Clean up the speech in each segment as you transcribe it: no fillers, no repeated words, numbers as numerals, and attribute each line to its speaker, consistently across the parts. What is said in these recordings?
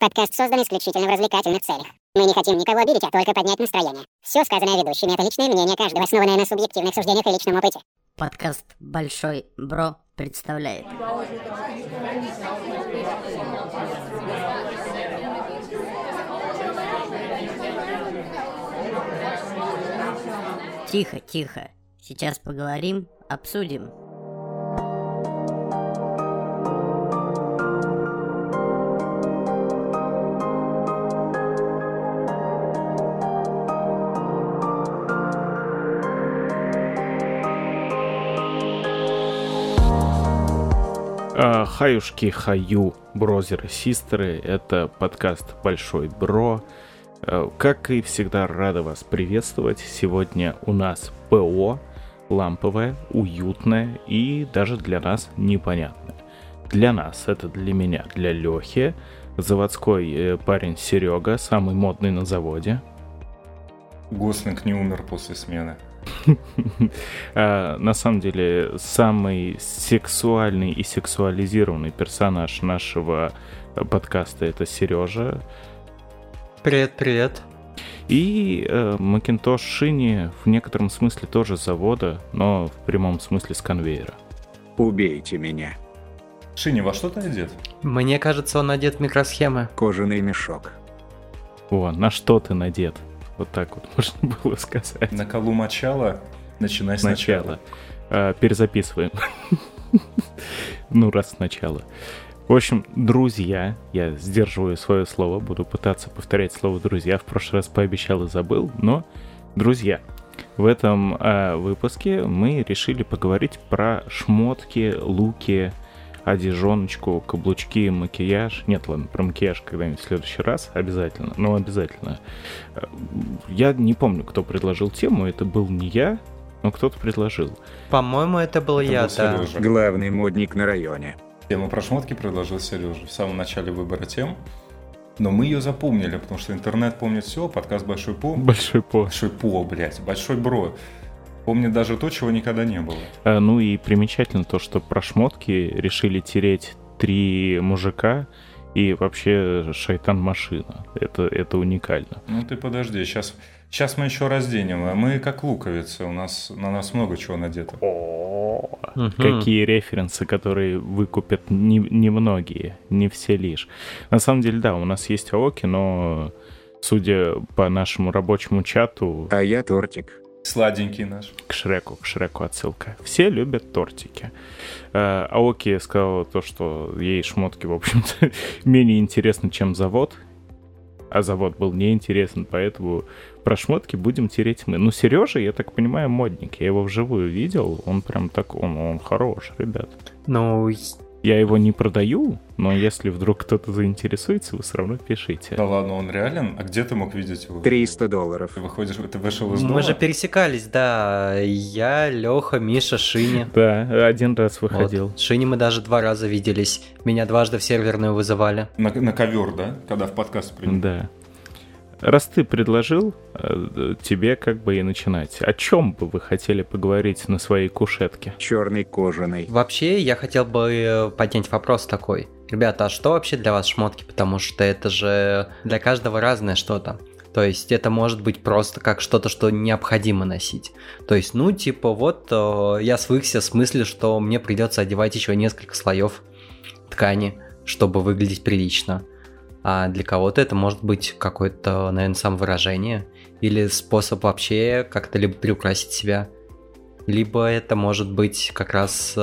Speaker 1: Подкаст создан исключительно в развлекательных целях. Мы не хотим никого обидеть, а только поднять настроение. Все сказанное ведущими — это личное мнение каждого, основанное на субъективных суждениях и личном опыте.
Speaker 2: Подкаст «Большой Бро» представляет. Тихо, тихо. Сейчас поговорим, обсудим.
Speaker 3: Хаюшки, хаю, брозеры, систеры, это подкаст «Большой Бро». Как и всегда, рада вас приветствовать. Сегодня у нас ПО, ламповое, уютное и даже для нас непонятное. Для нас, это для меня, для Лёхи, заводской парень Серега, самый модный на заводе.
Speaker 4: Гослинг не умер после смены.
Speaker 3: На самом деле, самый сексуальный и сексуализированный персонаж нашего подкаста — это Сережа.
Speaker 5: Привет, привет.
Speaker 3: И Макинтош Шини в некотором смысле тоже с завода, но в прямом смысле с конвейера.
Speaker 6: Убейте меня.
Speaker 4: Шини, во что ты одет?
Speaker 5: Мне кажется, он одет в микросхемы.
Speaker 6: Кожаный мешок.
Speaker 3: О, на что ты надет? Вот так вот можно было сказать.
Speaker 4: На колу мочала, начинай сначала.
Speaker 3: Перезаписываем. Ну, раз сначала. В общем, друзья, я сдерживаю свое слово, буду пытаться повторять слово «друзья». В прошлый раз пообещал и забыл, но, друзья, в этом выпуске мы решили поговорить про шмотки, луки, одежоночку, каблучки, макияж. Нет, ладно, про макияж когда-нибудь в следующий раз обязательно, но обязательно. Я не помню, кто предложил тему, это был не я, но кто-то предложил.
Speaker 5: По-моему, это был я, да.
Speaker 4: Сережа.
Speaker 6: Главный модник на районе.
Speaker 4: Тему про шмотки предложил Сережа в самом начале выбора тем. Но мы ее запомнили, потому что интернет помнит все, подкаст Большой По.
Speaker 3: Большой По.
Speaker 4: Большой По, блядь, Большой Бро. Помнит даже то, чего никогда не было.
Speaker 3: Ну и примечательно то, что про шмотки решили тереть 3 мужика и вообще шайтан-машина. Это уникально.
Speaker 4: Ну ты подожди, сейчас мы еще разденем, а мы как луковицы, на нас много чего надето.
Speaker 3: Какие референсы, которые выкупят немногие, не все лишь. На самом деле, да, у нас есть АОКи, но судя по нашему рабочему чату...
Speaker 6: А я тортик.
Speaker 4: Сладенький наш.
Speaker 3: К Шреку отсылка. Все любят тортики. Аоки сказала то, что ей шмотки, в общем-то, менее интересны, чем завод. А завод был неинтересен, поэтому про шмотки будем тереть мы. Ну, Сережа, я так понимаю, модник. Я его вживую видел. Он прям так, он хорош, ребят.
Speaker 5: Ну,
Speaker 3: я его не продаю, но если вдруг кто-то заинтересуется, вы все равно пишите.
Speaker 4: Да ладно, он реален? А где ты мог видеть его?
Speaker 6: $300.
Speaker 4: Ты вышел из дома?
Speaker 5: мы же пересекались, да. Я, Леха, Миша, Шини.
Speaker 3: Да, один раз выходил.
Speaker 5: Вот. Шини мы даже 2 раза виделись. Меня дважды в серверную вызывали.
Speaker 4: На ковер, да? Когда в подкаст приняли?
Speaker 3: Да. Раз ты предложил, тебе как бы и начинать. О чем бы вы хотели поговорить на своей кушетке?
Speaker 6: Черный кожаный.
Speaker 5: Вообще, я хотел бы поднять вопрос такой. Ребята, а что вообще для вас шмотки? Потому что это же для каждого разное что-то. То есть это может быть просто как что-то, что необходимо носить. То есть, ну, типа, вот я свыкся с мыслью, что мне придется одевать еще несколько слоев ткани, чтобы выглядеть прилично. А для кого-то это может быть какое-то, наверное, самовыражение или способ вообще как-то либо приукрасить себя, либо это может быть как раз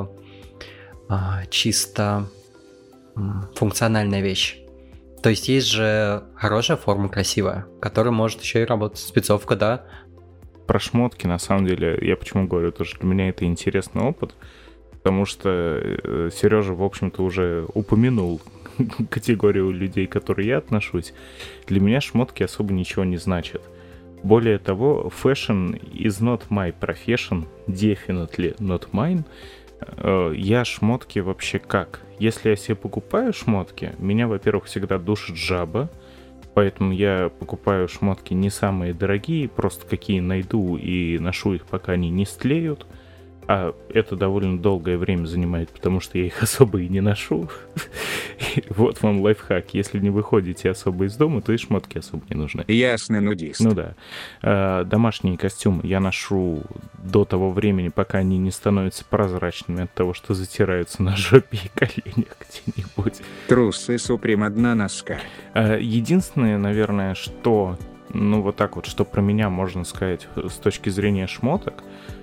Speaker 5: чисто функциональная вещь. То есть есть же хорошая форма, красивая, которая может еще и работать. Спецовка, да.
Speaker 3: Про шмотки, на самом деле, я почему говорю, то, что для меня это интересный опыт, потому что Сережа, в общем-то, уже упомянул категорию людей, к которой я отношусь. Для меня шмотки особо ничего не значат. Более того, fashion is not my profession, definitely not mine. Я шмотки вообще как? Если я себе покупаю шмотки, меня, во-первых, всегда душит жаба, поэтому я покупаю шмотки не самые дорогие, просто какие найду и ношу их, пока они не стлеют. А это довольно долгое время занимает, потому что я их особо и не ношу. Вот вам лайфхак. Если не выходите особо из дома, то и шмотки особо не нужны.
Speaker 6: Ясный нудист.
Speaker 3: Ну да. Домашние костюмы я ношу до того времени, пока они не становятся прозрачными от того, что затираются на жопе и коленях где-нибудь.
Speaker 6: Трусы Суприм одна носка.
Speaker 3: Единственное, наверное, что, ну вот так вот, что про меня можно сказать с точки зрения шмоток,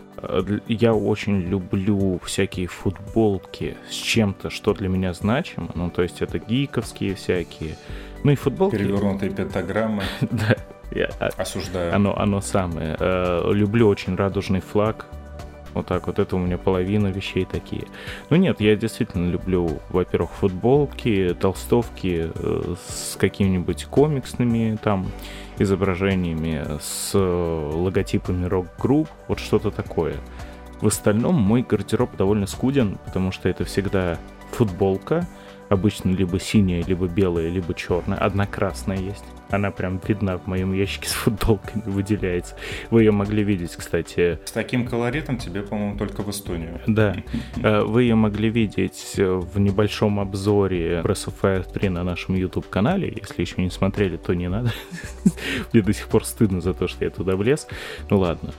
Speaker 3: я очень люблю всякие футболки с чем-то, что для меня значимо. Ну, то есть это гиковские всякие. Ну и футболки...
Speaker 4: Перевернутые пентаграммы.
Speaker 3: Да.
Speaker 4: Осуждаю.
Speaker 3: Оно самое. Люблю очень радужный флаг. Вот так вот, это у меня половина вещей такие. Ну нет, я действительно люблю, во-первых, футболки, толстовки с какими-нибудь комиксными там изображениями, с логотипами рок-групп, вот что-то такое. В остальном мой гардероб довольно скуден, потому что это всегда футболка, обычно либо синяя, либо белая, либо черная. Одна красная есть. Она прям видна в моем ящике с футболками, выделяется. Вы ее могли видеть, кстати.
Speaker 4: С таким колоритом тебе, по-моему, только в Эстонию.
Speaker 3: Да. Вы ее могли видеть в небольшом обзоре Breath of Fire 3 на нашем YouTube-канале. Если еще не смотрели, то не надо. Мне до сих пор стыдно за то, что я туда влез. Ну ладно.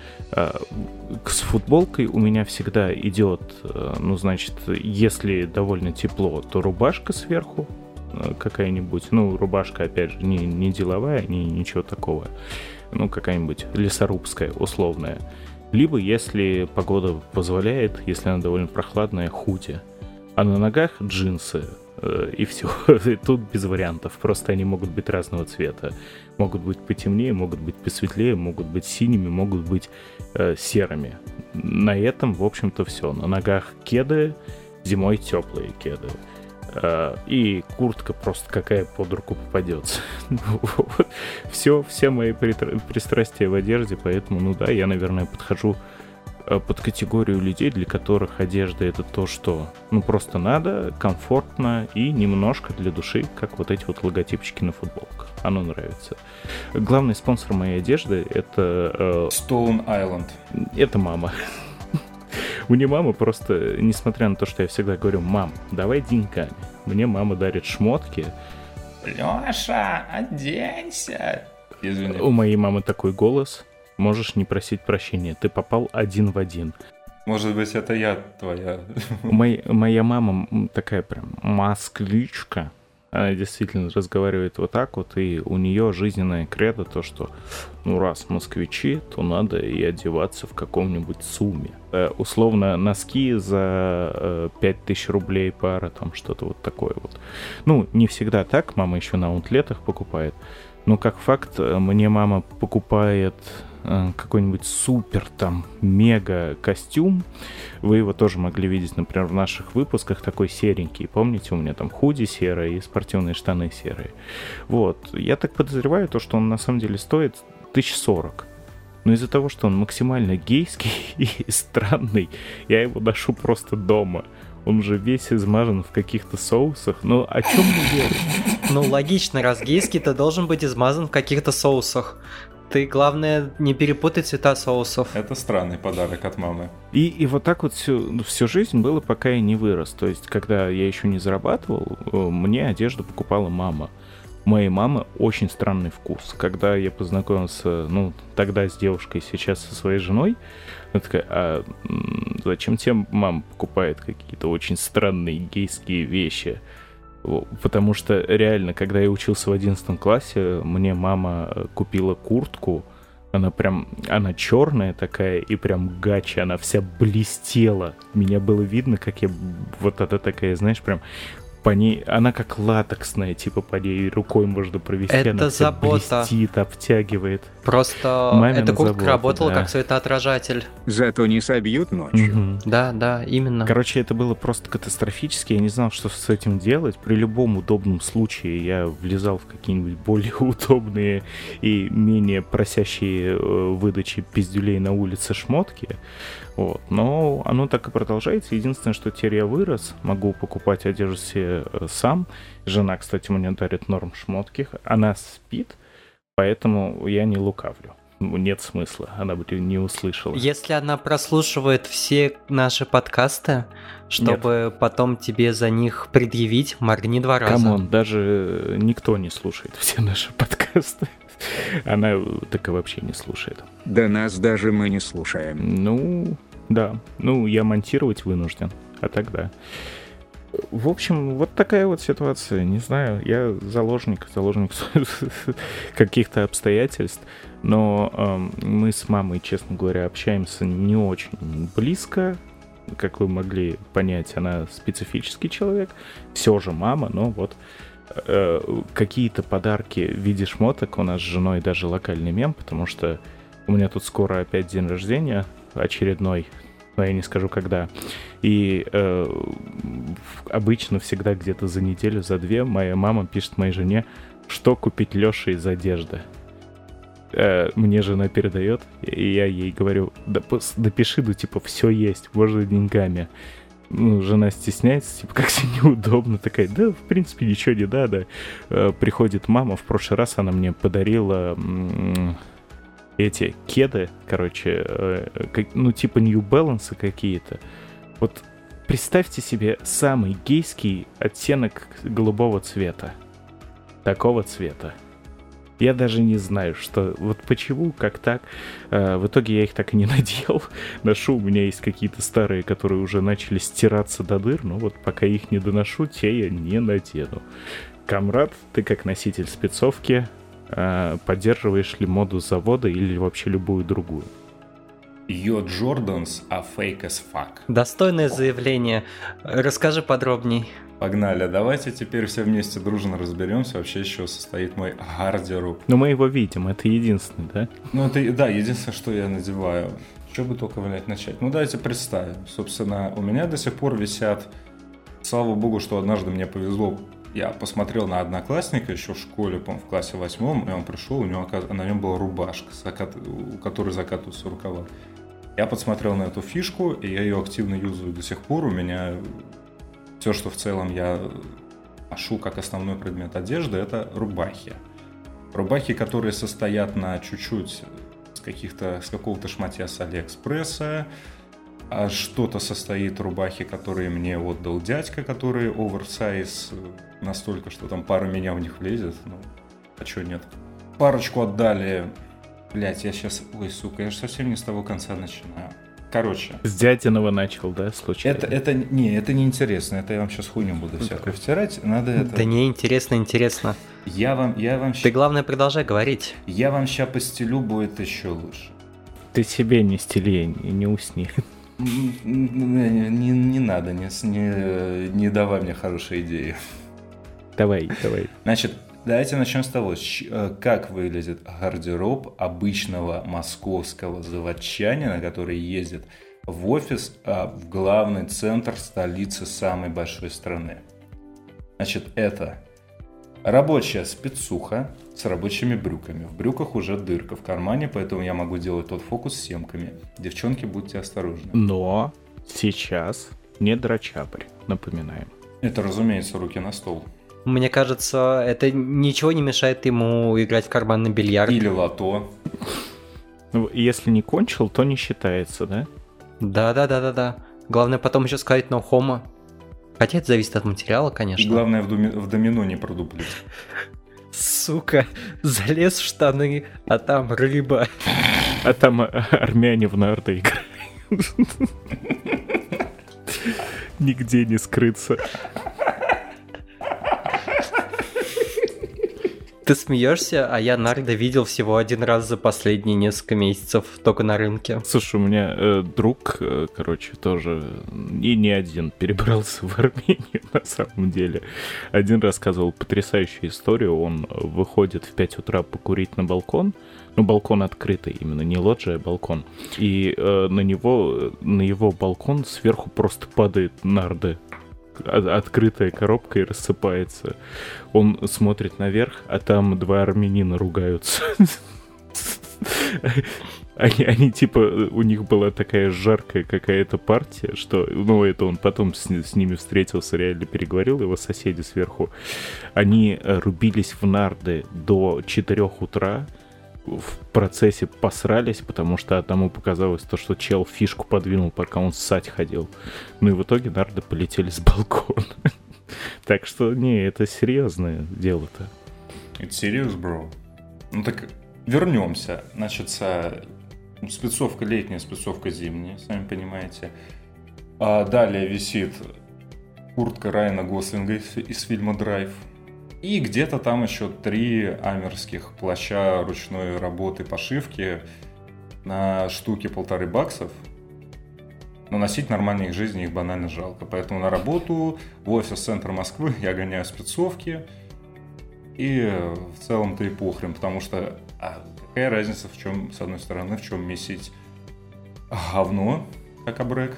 Speaker 3: С футболкой у меня всегда идет, ну, значит, если довольно тепло, то рубашка сверху какая-нибудь, ну, рубашка, опять же, не деловая, ничего такого, ну, какая-нибудь лесорубская, условная. Либо, если погода позволяет, если она довольно прохладная, худи. А на ногах джинсы, и все. Тут без вариантов, просто они могут быть разного цвета. Могут быть потемнее, могут быть посветлее, могут быть синими, могут быть серыми. На этом, в общем-то, все. На ногах кеды, зимой теплые кеды. И куртка просто какая под руку попадется. Все мои пристрастия в одежде, поэтому, ну да, я, наверное, подхожу под категорию людей, для которых одежда — это то, что, ну, просто надо, комфортно и немножко для души, как вот эти вот логотипчики на футболках. Оно нравится. Главный спонсор моей одежды — это...
Speaker 4: Stone Island.
Speaker 3: Это мама. Мне мама просто, несмотря на то, что я всегда говорю: мам, давай деньгами. Мне мама дарит шмотки.
Speaker 4: Леша, оденься. Извини.
Speaker 3: У моей мамы такой голос. Можешь не просить прощения. Ты попал один в один.
Speaker 4: Может быть, это я твоя.
Speaker 3: Моя мама такая прям москвичка. Она действительно разговаривает вот так вот, и у нее жизненное кредо то, что, ну, раз москвичи, то надо и одеваться в каком-нибудь СУМе. Условно, носки за 5000 рублей пара, там что-то вот такое вот. Ну, не всегда так, мама еще на аутлетах покупает. Но как факт, мне мама покупает какой-нибудь супер там мега костюм. Вы его тоже могли видеть, например, в наших выпусках, такой серенький. Помните, у меня там худи серые и спортивные штаны серые. Вот. Я так подозреваю, то, что он на самом деле стоит 1040. Но из-за того, что он максимально гейский и странный, я его ношу просто дома. Он же весь измазан в каких-то соусах. Ну, о чем мы говорим?
Speaker 5: Ну, логично, раз гейский, то должен быть измазан в каких-то соусах. Ты, главное, не перепутай цвета соусов.
Speaker 4: Это странный подарок от мамы.
Speaker 3: И вот так вот всю жизнь было, пока я не вырос. То есть, когда я еще не зарабатывал, мне одежду покупала мама. У моей мамы очень странный вкус. Когда я познакомился, ну, тогда с девушкой, сейчас со своей женой, она такая: а зачем тебе мама покупает какие-то очень странные гейские вещи? Потому что реально, когда я учился в 11 классе, мне мама купила куртку. Она черная такая и прям гачи, она вся блестела. Меня было видно, как я вот это такая, знаешь, прям по ней, она как латексная, типа по ней рукой можно провести.
Speaker 5: Это
Speaker 3: она вся
Speaker 5: забота.
Speaker 3: блестит, обтягивает.
Speaker 5: Просто
Speaker 3: Мамина
Speaker 5: эта куртка
Speaker 3: забота,
Speaker 5: работала
Speaker 3: да.
Speaker 5: как светоотражатель.
Speaker 6: Зато не собьют ночью.
Speaker 3: Мгм.
Speaker 5: Да, именно.
Speaker 3: Короче, это было просто катастрофически. Я не знал, что с этим делать. При любом удобном случае я влезал в какие-нибудь более удобные и менее просящие выдачи пиздюлей на улице шмотки. Вот. Но оно так и продолжается. Единственное, что теперь я вырос, могу покупать одежду себе сам. Жена, кстати, мне дарит норм шмотки. Она спит, поэтому я не лукавлю. нет смысла, она бы не услышала.
Speaker 5: Если она прослушивает все наши подкасты, чтобы потом тебе за них предъявить, моргни 2 раза.
Speaker 3: Камон, даже никто не слушает все наши подкасты. Она так и вообще не слушает.
Speaker 6: Да нас даже мы не слушаем.
Speaker 3: Ну, да. Ну, я монтировать вынужден, а тогда. В общем, вот такая вот ситуация. Не знаю, я заложник каких-то обстоятельств, но мы с мамой, честно говоря, общаемся не очень близко. Как вы могли понять, она специфический человек. Все же мама, но вот какие-то подарки в виде шмоток у нас с женой даже локальный мем, потому что у меня тут скоро опять день рождения очередной, но я не скажу когда. И обычно всегда где-то за неделю, за 2 моя мама пишет моей жене, что купить Лёше из одежды. Мне жена передает, и я ей говорю, допиши, ну типа все есть, можно деньгами. Ну, жена стесняется, типа, как себе неудобно, такая, да, в принципе, ничего не надо. Приходит мама, в прошлый раз она мне подарила эти кеды, короче, ну, типа New Balance какие-то. Вот представьте себе самый гейский оттенок голубого цвета. Такого цвета. Я даже не знаю, что... Вот почему, как так. В итоге я их так и не надел. Ношу, у меня есть какие-то старые, которые уже начали стираться до дыр, но вот пока их не доношу, те я не надену. Камрад, ты как носитель спецовки, поддерживаешь ли моду завода или вообще любую другую?
Speaker 4: Your Jordans are fake as fuck.
Speaker 5: Достойное заявление. Расскажи подробней.
Speaker 4: Погнали, давайте теперь все вместе дружно разберемся, вообще еще состоит мой гардероб.
Speaker 3: Ну, мы его видим, это единственный, да?
Speaker 4: Ну, это, да, единственное, что я надеваю. Что бы только, блядь, начать? Ну, давайте представим. Собственно, у меня до сих пор висят, слава богу, что однажды мне повезло. Я посмотрел на одноклассника еще в школе, по-моему, в классе 8, и он пришел, у него на нем была рубашка, у которой закатываются рукава. Я подсмотрел на эту фишку, и я ее активно юзаю до сих пор. У меня все, что в целом я ношу как основной предмет одежды, это рубахи. Рубахи, которые состоят на чуть-чуть с какого-то шматья с Алиэкспресса, а что-то состоит рубахи, которые мне отдал дядька, которые оверсайз настолько, что там пара меня в них влезет. Ну, а чё нет? Парочку отдали. Блять, я сейчас... Ой, сука, я же совсем не с того конца начинаю. Короче.
Speaker 3: С дядиного начал, да, случайно?
Speaker 4: Это не интересно. Это я вам сейчас хуйню буду всякую втирать. Надо это...
Speaker 5: Да не, интересно.
Speaker 4: Я вам
Speaker 5: Ты, главное, продолжай говорить.
Speaker 4: Я вам сейчас постелю, будет еще лучше.
Speaker 3: Ты себе не стели, не усни.
Speaker 4: Не надо, не давай мне хорошие идеи.
Speaker 3: Давай.
Speaker 4: Значит, давайте начнем с того, как выглядит гардероб обычного московского заводчанина, который ездит в офис в главный центр столицы самой большой страны. Значит, это рабочая спецуха с рабочими брюками. В брюках уже дырка в кармане, поэтому я могу делать тот фокус с семками. Девчонки, будьте осторожны.
Speaker 3: Но сейчас не дрочапарь, напоминаем.
Speaker 4: Это, разумеется, руки на стол.
Speaker 5: Мне кажется, это ничего не мешает ему играть в карманный бильярд.
Speaker 4: Или лото.
Speaker 3: Ну, если не кончил, то не считается, да?
Speaker 5: Да. Главное потом еще сказать no homo. Хотя это зависит от материала, конечно.
Speaker 4: И главное в домино не продуплить.
Speaker 5: Сука, залез в штаны, а там рыба.
Speaker 3: А там армяне в нарды играют. Нигде не скрыться.
Speaker 5: Ты смеешься, а я нарды видел всего один раз за последние несколько месяцев, только на рынке.
Speaker 3: Слушай, у меня друг, короче, тоже и не один перебрался в Армению на самом деле. Один рассказывал потрясающую историю. Он выходит в 5 утра покурить на балкон. Ну, балкон открытый именно, не лоджия, а балкон. И на его балкон сверху просто падает нарды. Открытая коробка и рассыпается. Он смотрит наверх, а там 2 армянина ругаются. Они типа, у них была такая жаркая какая-то партия, что, ну, это он потом с ними встретился, реально переговорил, его соседи сверху. Они рубились в нарды до 4 утра, в процессе посрались, потому что одному показалось то, что чел фишку подвинул, пока он ссать ходил. Ну и в итоге нарды полетели с балкона. Так что, не, это серьезное дело-то.
Speaker 4: It's serious, bro. Ну так вернемся. Значит, спецовка летняя, спецовка зимняя, сами понимаете. А далее висит куртка Райана Гослинга из фильма «Драйв». И где-то там еще 3 амерских плаща ручной работы пошивки на штуке $1,5. Но носить нормально их жизни их банально жалко. Поэтому на работу, в офис центра Москвы я гоняю спецовки. И в целом-то и похрен, потому что какая разница, в чем, с одной стороны, в чем месить говно, как абрек,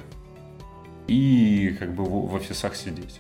Speaker 4: и как бы в офисах сидеть.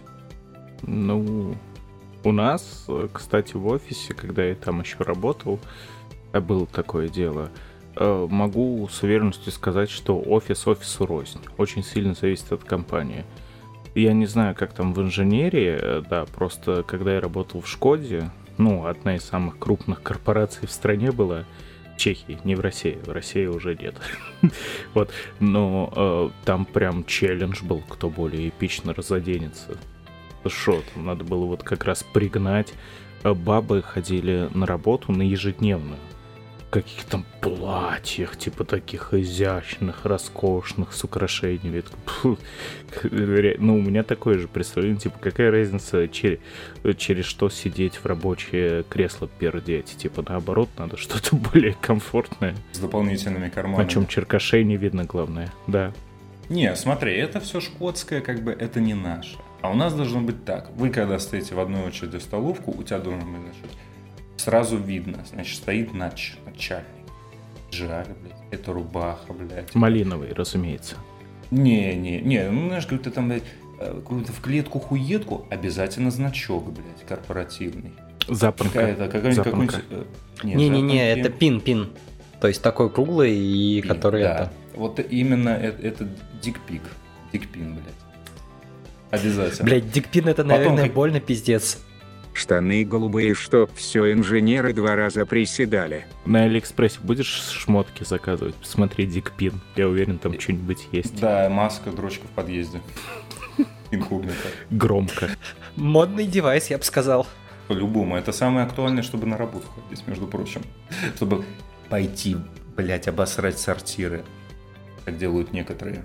Speaker 3: Ну, у нас, кстати, в офисе, когда я там еще работал, было такое дело. Могу с уверенностью сказать, что офис офису рознь. Очень сильно зависит от компании. Я не знаю, как там в инженерии, да, просто когда я работал в Шкоде, ну, одна из самых крупных корпораций в стране была, в Чехии, не в России уже нет. Вот, но там прям челлендж был, кто более эпично разоденется. Шо, там надо было вот как раз пригнать. Бабы ходили на работу на ежедневную. В каких там платьях, типа таких изящных, роскошных, с украшениями. Ну, у меня такое же представление, типа, какая разница, через что сидеть в рабочее кресло пердеть. Типа, наоборот, надо что-то более комфортное.
Speaker 4: С дополнительными карманами.
Speaker 3: На чем черкашей не видно, главное, да.
Speaker 4: Не, смотри, это все шкотское, как бы, это не наше. А у нас должно быть так. Вы, когда стоите в одной очереди в столовку, у тебя должен быть, значит, сразу видно, значит, стоит начальник. Жаль, блядь, это рубаха, блядь.
Speaker 3: Малиновый, разумеется.
Speaker 4: Не, ну, знаешь, как-то там, блядь, какую-то в клетку-хуетку, обязательно значок, блядь, корпоративный.
Speaker 3: Запонка.
Speaker 4: Какой-нибудь...
Speaker 5: Не, это пин. То есть такой круглый, и
Speaker 4: пин,
Speaker 5: который
Speaker 4: да.
Speaker 5: это...
Speaker 4: Вот именно это дикпик. Дикпин, блядь. Обязательно.
Speaker 5: Блядь, дикпин это, наверное, больно, пиздец.
Speaker 6: Штаны голубые, чтоб все инженеры 2 раза приседали.
Speaker 3: На Алиэкспрессе будешь шмотки заказывать? Посмотри, дикпин. Я уверен, там что-нибудь есть.
Speaker 4: Да, маска, дрочка в подъезде. Инкогнито.
Speaker 3: Громко.
Speaker 5: Модный девайс, я бы сказал.
Speaker 4: По-любому. Это самое актуальное, чтобы на работу ходить, между прочим. Чтобы пойти, блять, обосрать сортиры, как делают некоторые.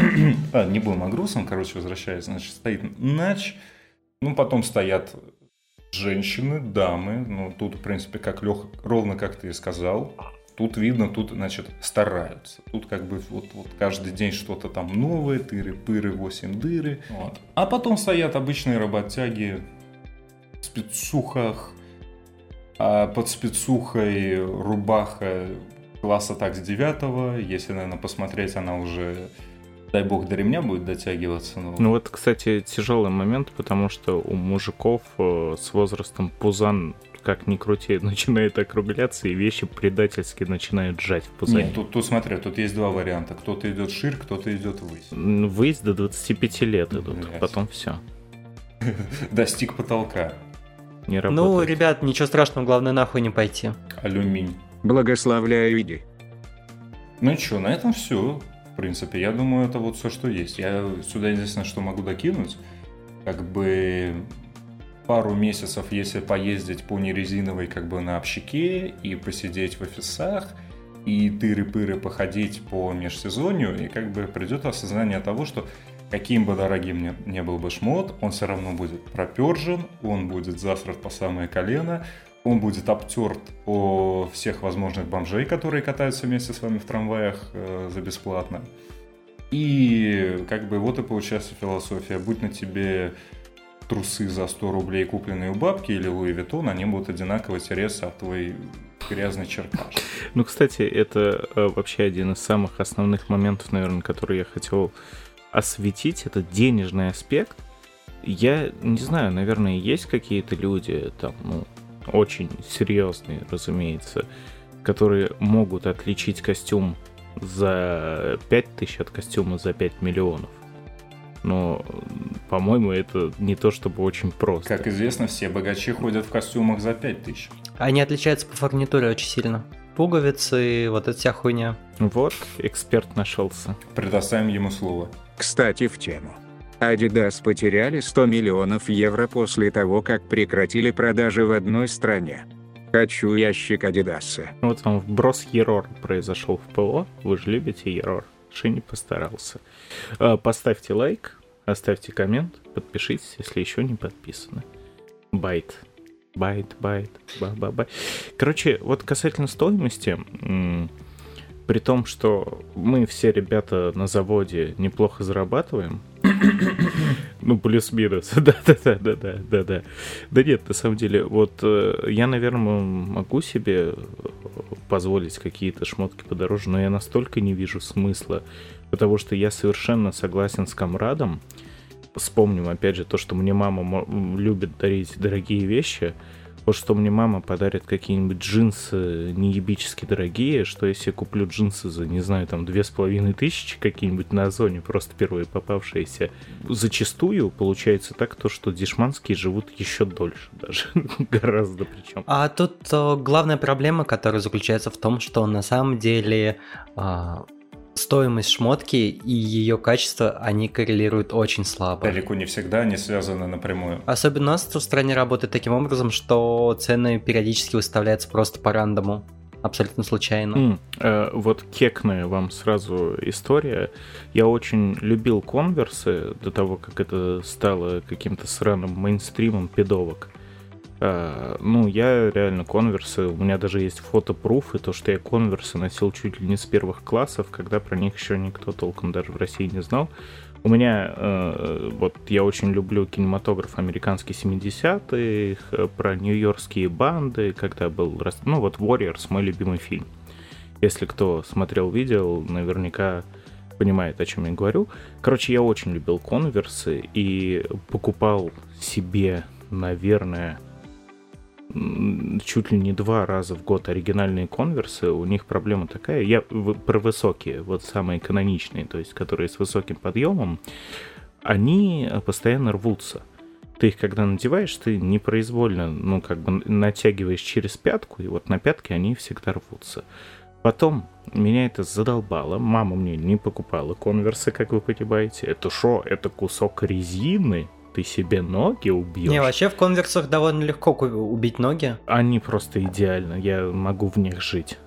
Speaker 4: Не будем о грустном, короче, возвращаясь. Значит, стоит нач, ну, потом стоят женщины, дамы. Ну, тут, в принципе, как ровно как ты и сказал. Тут видно, тут, значит, стараются. Тут как бы вот каждый день что-то там новое, тыры-пыры, 8 дыры. Вот. А потом стоят обычные работяги в спецухах, а под спецухой рубаха класса такс 9. Если, наверное, посмотреть, она уже, дай бог, до ремня будет дотягиваться. Но...
Speaker 3: Ну вот, кстати, тяжелый момент, потому что у мужиков с возрастом пузан, как ни крути, начинает округляться, и вещи предательски начинают сжать в пузане.
Speaker 4: Нет, тут смотри, тут есть 2 варианта. Кто-то идет ширь, кто-то идет ввысь.
Speaker 3: Ввысь до 25 лет идут,
Speaker 4: Блять.
Speaker 3: потом все.
Speaker 4: Достиг потолка.
Speaker 3: Не работает.
Speaker 5: Ну, ребят, ничего страшного, главное нахуй не пойти.
Speaker 4: Алюминь.
Speaker 6: Благословляю, иди.
Speaker 4: Ну и что, на этом все. В принципе, я думаю, это вот все, что есть. Я сюда единственное, что могу докинуть, как бы пару месяцев, если поездить по нерезиновой как бы на общаке и посидеть в офисах, и тыры-пыры походить по межсезонью, и как бы придет осознание того, что каким бы дорогим не был бы шмот, он все равно будет пропержен, он будет засрат по самое колено, он будет обтерт о всех возможных бомжей, которые катаются вместе с вами в трамваях за бесплатно. И как бы вот и получается философия. Будь на тебе трусы за 100 рублей, купленные у бабки, или Луи Виттон, они будут одинаково тереться от твой грязный черкаш.
Speaker 3: Ну, кстати, это вообще один из самых основных моментов, наверное, который я хотел осветить. Это денежный аспект. Я не знаю, наверное, есть какие-то люди, там, ну, очень серьезные, разумеется, которые могут отличить костюм за 5000 от костюма за 5 миллионов. Но, по-моему, это не то чтобы очень просто.
Speaker 4: Как известно, все богачи ходят в костюмах за 5000.
Speaker 5: Они отличаются по фурнитуре очень сильно. пуговицы, вот эта вся хуйня.
Speaker 3: Вот, эксперт нашелся.
Speaker 4: Предоставим ему слово.
Speaker 6: Кстати, в тему. Adidas потеряли 100 миллионов евро после того, как прекратили продажи в одной стране. Хочу ящик Адидаса.
Speaker 3: Вот вам вброс Ерор произошел в ПО. Вы же любите Ерор. Шини постарался. Поставьте лайк, оставьте коммент, подпишитесь, если еще не подписаны. Байт. Ба-ба-бай. Короче, вот касательно стоимости, при том, что мы все ребята на заводе неплохо зарабатываем, ну, плюс-минус, да. Да нет, на самом деле, вот я, наверное, могу себе позволить какие-то шмотки подороже, но я настолько не вижу смысла, потому что я совершенно согласен с комрадом. Вспомним, опять же, то, что мне мама любит дарить дорогие вещи. Вот что мне мама подарит какие-нибудь джинсы неебически дорогие, что если я куплю джинсы за, не знаю, там 2500 какие-нибудь на Озоне, просто первые попавшиеся, зачастую получается так, то, что дешманские живут еще дольше даже, гораздо причем.
Speaker 5: А тут главная проблема, которая заключается в том, что на самом деле стоимость шмотки и ее качество, они коррелируют очень слабо.
Speaker 4: Далеко не всегда они связаны напрямую.
Speaker 5: Особенно у нас в стране работает таким образом, что цены периодически выставляются просто по рандому. Абсолютно случайно.
Speaker 3: Вот кекная вам сразу история. Я очень любил конверсы до того, как это стало каким-то сраным мейнстримом пидовок. Ну, я реально конверсы, у меня даже есть фотопруфы, то, что я конверсы носил чуть ли не с первых классов, когда про них еще никто толком даже в России не знал. У меня, вот я очень люблю кинематограф американский 70-х, про нью-йоркские банды, когда был, ну вот Warriors, мой любимый фильм. Если кто смотрел, видел, наверняка понимает, о чем я говорю. Короче, я очень любил конверсы и покупал себе, наверное, чуть ли не 2 раза в год оригинальные конверсы. У них проблема такая, я про высокие, вот самые каноничные, то есть которые с высоким подъемом, они постоянно рвутся. Ты их когда надеваешь, ты непроизвольно, ну как бы натягиваешь через пятку, и вот на пятке они всегда рвутся. Потом меня это задолбало, мама мне не покупала конверсы, как вы понимаете. Это шо? Это кусок резины? Ты себе ноги убьешь?
Speaker 5: Не, вообще в конверсах довольно легко убить ноги.
Speaker 3: Они просто идеально, я могу в них жить.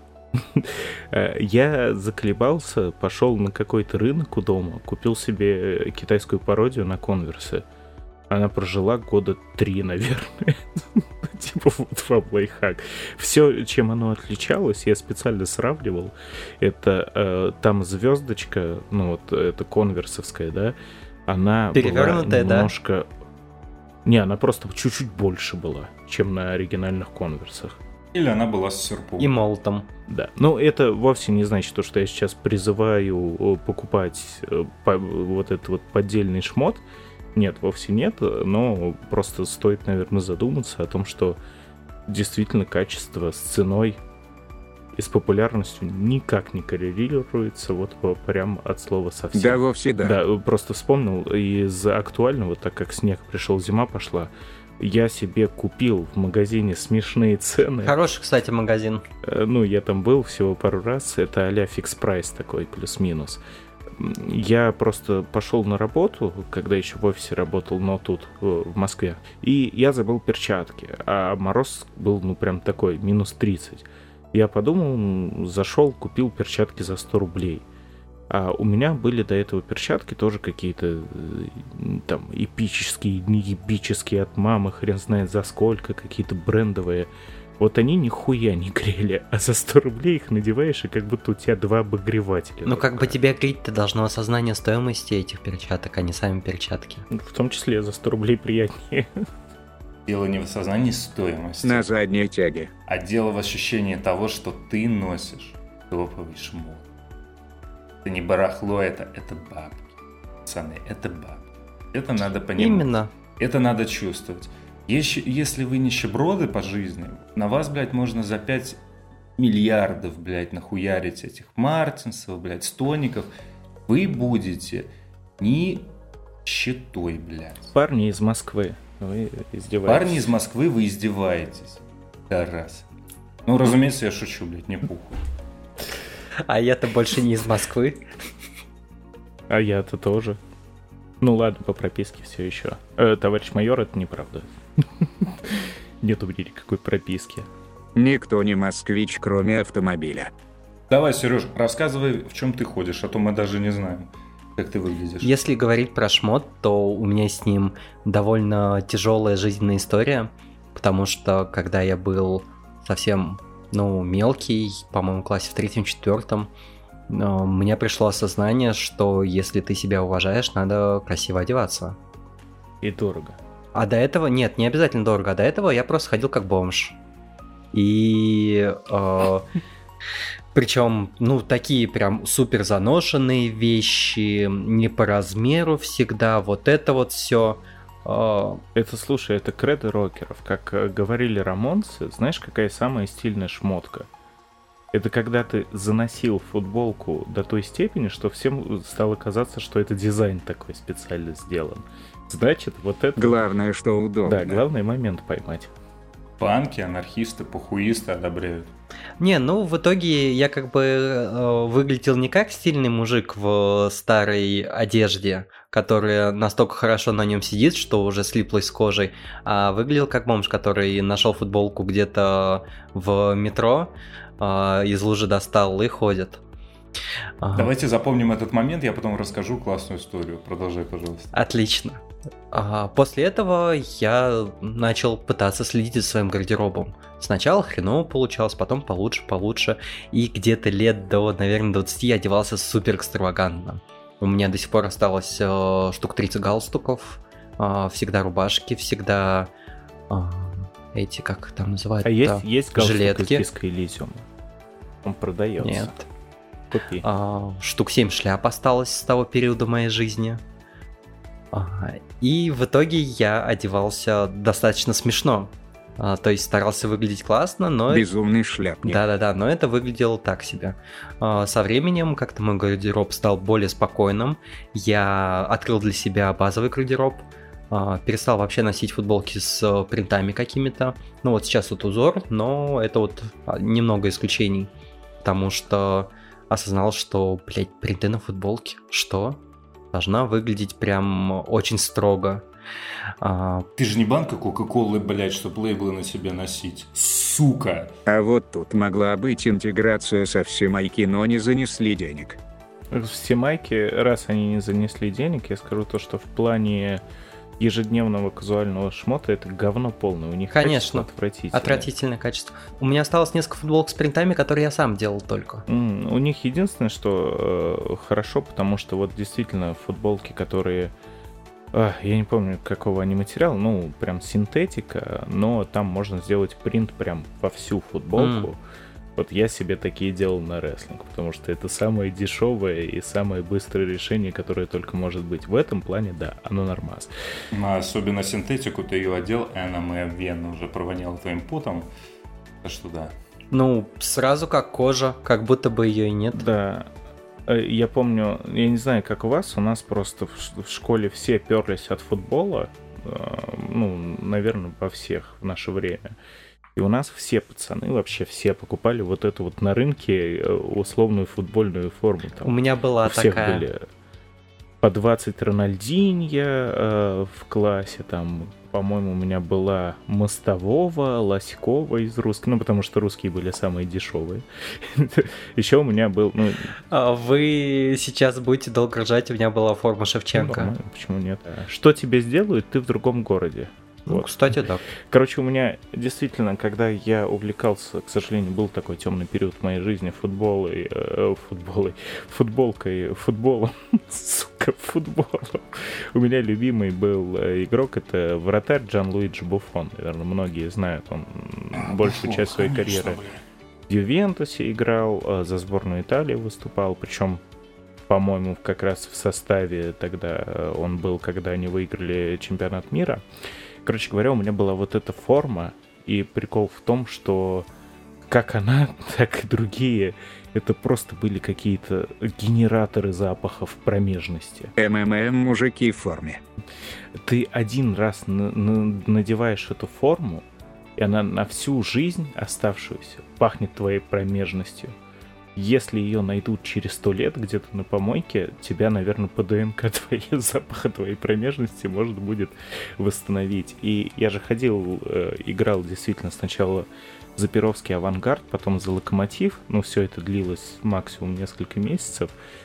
Speaker 3: Я заколебался, пошел на какой-то рынок у дома, купил себе китайскую пародию на конверсы. Она прожила 3 года, наверное. Типа вот вам лайфхак. Все, чем оно отличалось, я специально сравнивал. Это там звездочка, ну вот это конверсовская, да, она
Speaker 5: перевернутая,
Speaker 3: была немножко... Да? Не, она просто чуть-чуть больше была, чем на оригинальных конверсах.
Speaker 4: Или она была с серпом.
Speaker 5: И молотом.
Speaker 3: Да. Но это вовсе не значит, что я сейчас призываю покупать вот этот вот поддельный шмот. Нет, вовсе нет. Но просто стоит, наверное, задуматься о том, что действительно качество с ценой и с популярностью никак не коррелируется, вот прям от слова совсем.
Speaker 6: Да, вовсе да.
Speaker 3: Да, просто вспомнил из актуального, так как снег пришел, зима пошла, я себе купил в магазине смешные цены.
Speaker 5: Хороший, кстати, магазин.
Speaker 3: Ну, я там был всего пару раз, это а-ля фикс-прайс такой, плюс-минус. Я просто пошел на работу, когда еще в офисе работал, но тут, в Москве, и я забыл перчатки, а мороз был, ну, прям такой, минус 30. Я подумал, зашел, купил перчатки за 100 рублей. А у меня были до этого перчатки тоже какие-то там эпические, неебические от мамы, хрен знает за сколько, какие-то брендовые. Вот они нихуя не грели, а за 100 рублей их надеваешь, и как будто у тебя 2 обогревателя.
Speaker 5: Ну как бы тебе греть-то должно осознание стоимости этих перчаток, а не сами перчатки.
Speaker 3: В том числе за 100 рублей приятнее.
Speaker 4: Дело не в осознании стоимости.
Speaker 6: На задней тяге.
Speaker 4: А дело в ощущении того, что ты носишь топовый шмот. Это не барахло, это бабки. Пацаны, это бабки. Это надо понимать.
Speaker 5: Именно.
Speaker 4: Это надо чувствовать. Если вы нищеброды по жизни, на вас, блядь, можно за 5 миллиардов, блядь, нахуярить этих Мартинсов, блядь, Стоников. Вы будете нищетой, блядь.
Speaker 3: Парни из Москвы. Вы издеваетесь.
Speaker 4: Парни из Москвы, вы издеваетесь. Да раз. Ну, разумеется, я шучу, блядь, не похуй.
Speaker 5: А я-то больше не из Москвы.
Speaker 3: А я-то тоже. Ну ладно, по прописке все еще. Товарищ майор, это неправда. Нет у меня никакой прописки.
Speaker 6: Никто не москвич, кроме автомобиля.
Speaker 4: Давай, Сереж, рассказывай, в чем ты ходишь, а то мы даже не знаем, как ты выглядишь.
Speaker 5: Если говорить про шмот, то у меня с ним довольно тяжелая жизненная история, потому что когда я был совсем, мелкий, по-моему, в классе в 3-4, мне пришло осознание, что если ты себя уважаешь, надо красиво одеваться.
Speaker 3: И дорого.
Speaker 5: А до этого, нет, не обязательно дорого, а до этого я просто ходил как бомж. И причем, такие прям супер заношенные вещи, не по размеру всегда, вот это вот все.
Speaker 3: Это, слушай, это кредо рокеров. Как говорили рамонсы, знаешь, какая самая стильная шмотка? Это когда ты заносил футболку до той степени, что всем стало казаться, что это дизайн такой специально сделан. Значит, вот это...
Speaker 6: Главное, что удобно.
Speaker 3: Да, главный момент поймать.
Speaker 4: Панки, анархисты, похуисты одобряют.
Speaker 5: Не, в итоге я как бы выглядел не как стильный мужик в старой одежде, которая настолько хорошо на нем сидит, что уже слиплась с кожей, а выглядел как бомж, который нашел футболку где-то в метро, из лужи достал и ходит.
Speaker 4: Давайте запомним этот момент, я потом расскажу классную историю. Продолжай, пожалуйста.
Speaker 5: Отлично. После этого я начал пытаться следить за своим гардеробом. Сначала хреново получалось, потом получше. И где-то лет до, наверное, 20 я одевался супер экстравагантно. У меня до сих пор осталось штук 30 галстуков, всегда рубашки, всегда эти, как их там называют,
Speaker 3: есть галстук
Speaker 5: жилетки.
Speaker 3: из Диска Элизиума? Он продается.
Speaker 5: Нет.
Speaker 3: Купи.
Speaker 5: Штук 7 шляп осталось с того периода моей жизни. И в итоге я одевался достаточно смешно. То есть старался выглядеть классно, но...
Speaker 6: Безумный шляпник.
Speaker 5: Да-да-да, но это выглядело так себе. Со временем как-то мой гардероб стал более спокойным. Я открыл для себя базовый гардероб. Перестал вообще носить футболки с принтами какими-то. Вот сейчас вот узор, но это вот немного исключений. Потому что осознал, что, принты на футболке. Что? Должна выглядеть прям очень строго.
Speaker 4: Ты же не банка Кока-Колы, блядь, чтоб лейблы на себе носить. Сука!
Speaker 6: А вот тут могла быть интеграция со всемайки, но не занесли денег.
Speaker 3: Все майки, раз они не занесли денег, я скажу то, что в плане ежедневного казуального шмота это говно полное. У них
Speaker 5: конечно,
Speaker 3: качество
Speaker 5: отвратительное качество. У меня осталось несколько футболок с принтами, которые я сам делал только.
Speaker 3: У них единственное, что хорошо, потому что вот действительно футболки, которые... я не помню, какого они материала, прям синтетика, но там можно сделать принт прям во всю футболку. Вот я себе такие делал на рестлинг, потому что это самое дешевое и самое быстрое решение, которое только может быть. В этом плане, да, оно нормас.
Speaker 4: Особенно синтетику ты ее одел, и она мгновенно уже провоняла твоим потом. Так что да.
Speaker 5: Сразу как кожа, как будто бы ее и нет.
Speaker 3: Да. Я помню, я не знаю, как у вас, у нас просто в школе все перлись от футбола, наверное, во всех в наше время. И у нас все пацаны, вообще все покупали вот эту вот на рынке условную футбольную форму. Там
Speaker 5: у меня была
Speaker 3: у всех
Speaker 5: такая.
Speaker 3: Были по 20 Рональдиньо в классе, там, по-моему, у меня была Мостового, Лоськова из русских, потому что русские были самые дешевые. Еще у меня был...
Speaker 5: Вы сейчас будете долго ржать, у меня была форма Шевченко.
Speaker 3: Почему нет? Что тебе сделают, ты в другом городе.
Speaker 5: Кстати, да.
Speaker 3: Короче, у меня действительно, когда я увлекался, к сожалению, был такой темный период в моей жизни футболом, сука, футболом. У меня любимый был игрок, это вратарь Джанлуиджи Буффон. Наверное, многие знают, он большую часть своей карьеры в Ювентусе играл, за сборную Италии выступал, причем, по-моему, как раз в составе тогда он был, когда они выиграли чемпионат мира. Короче говоря, у меня была вот эта форма, и прикол в том, что как она, так и другие, это просто были какие-то генераторы запахов промежности.
Speaker 6: Мужики в форме.
Speaker 3: Ты один раз надеваешь эту форму, и она на всю жизнь оставшуюся пахнет твоей промежностью. Если ее найдут через 100 лет где-то на помойке, тебя, наверное, по ДНК запаха твоей промежности может будет восстановить. И я же ходил, играл действительно сначала за Перовский «Авангард», потом за «Локомотив». Ну, все это длилось максимум несколько месяцев.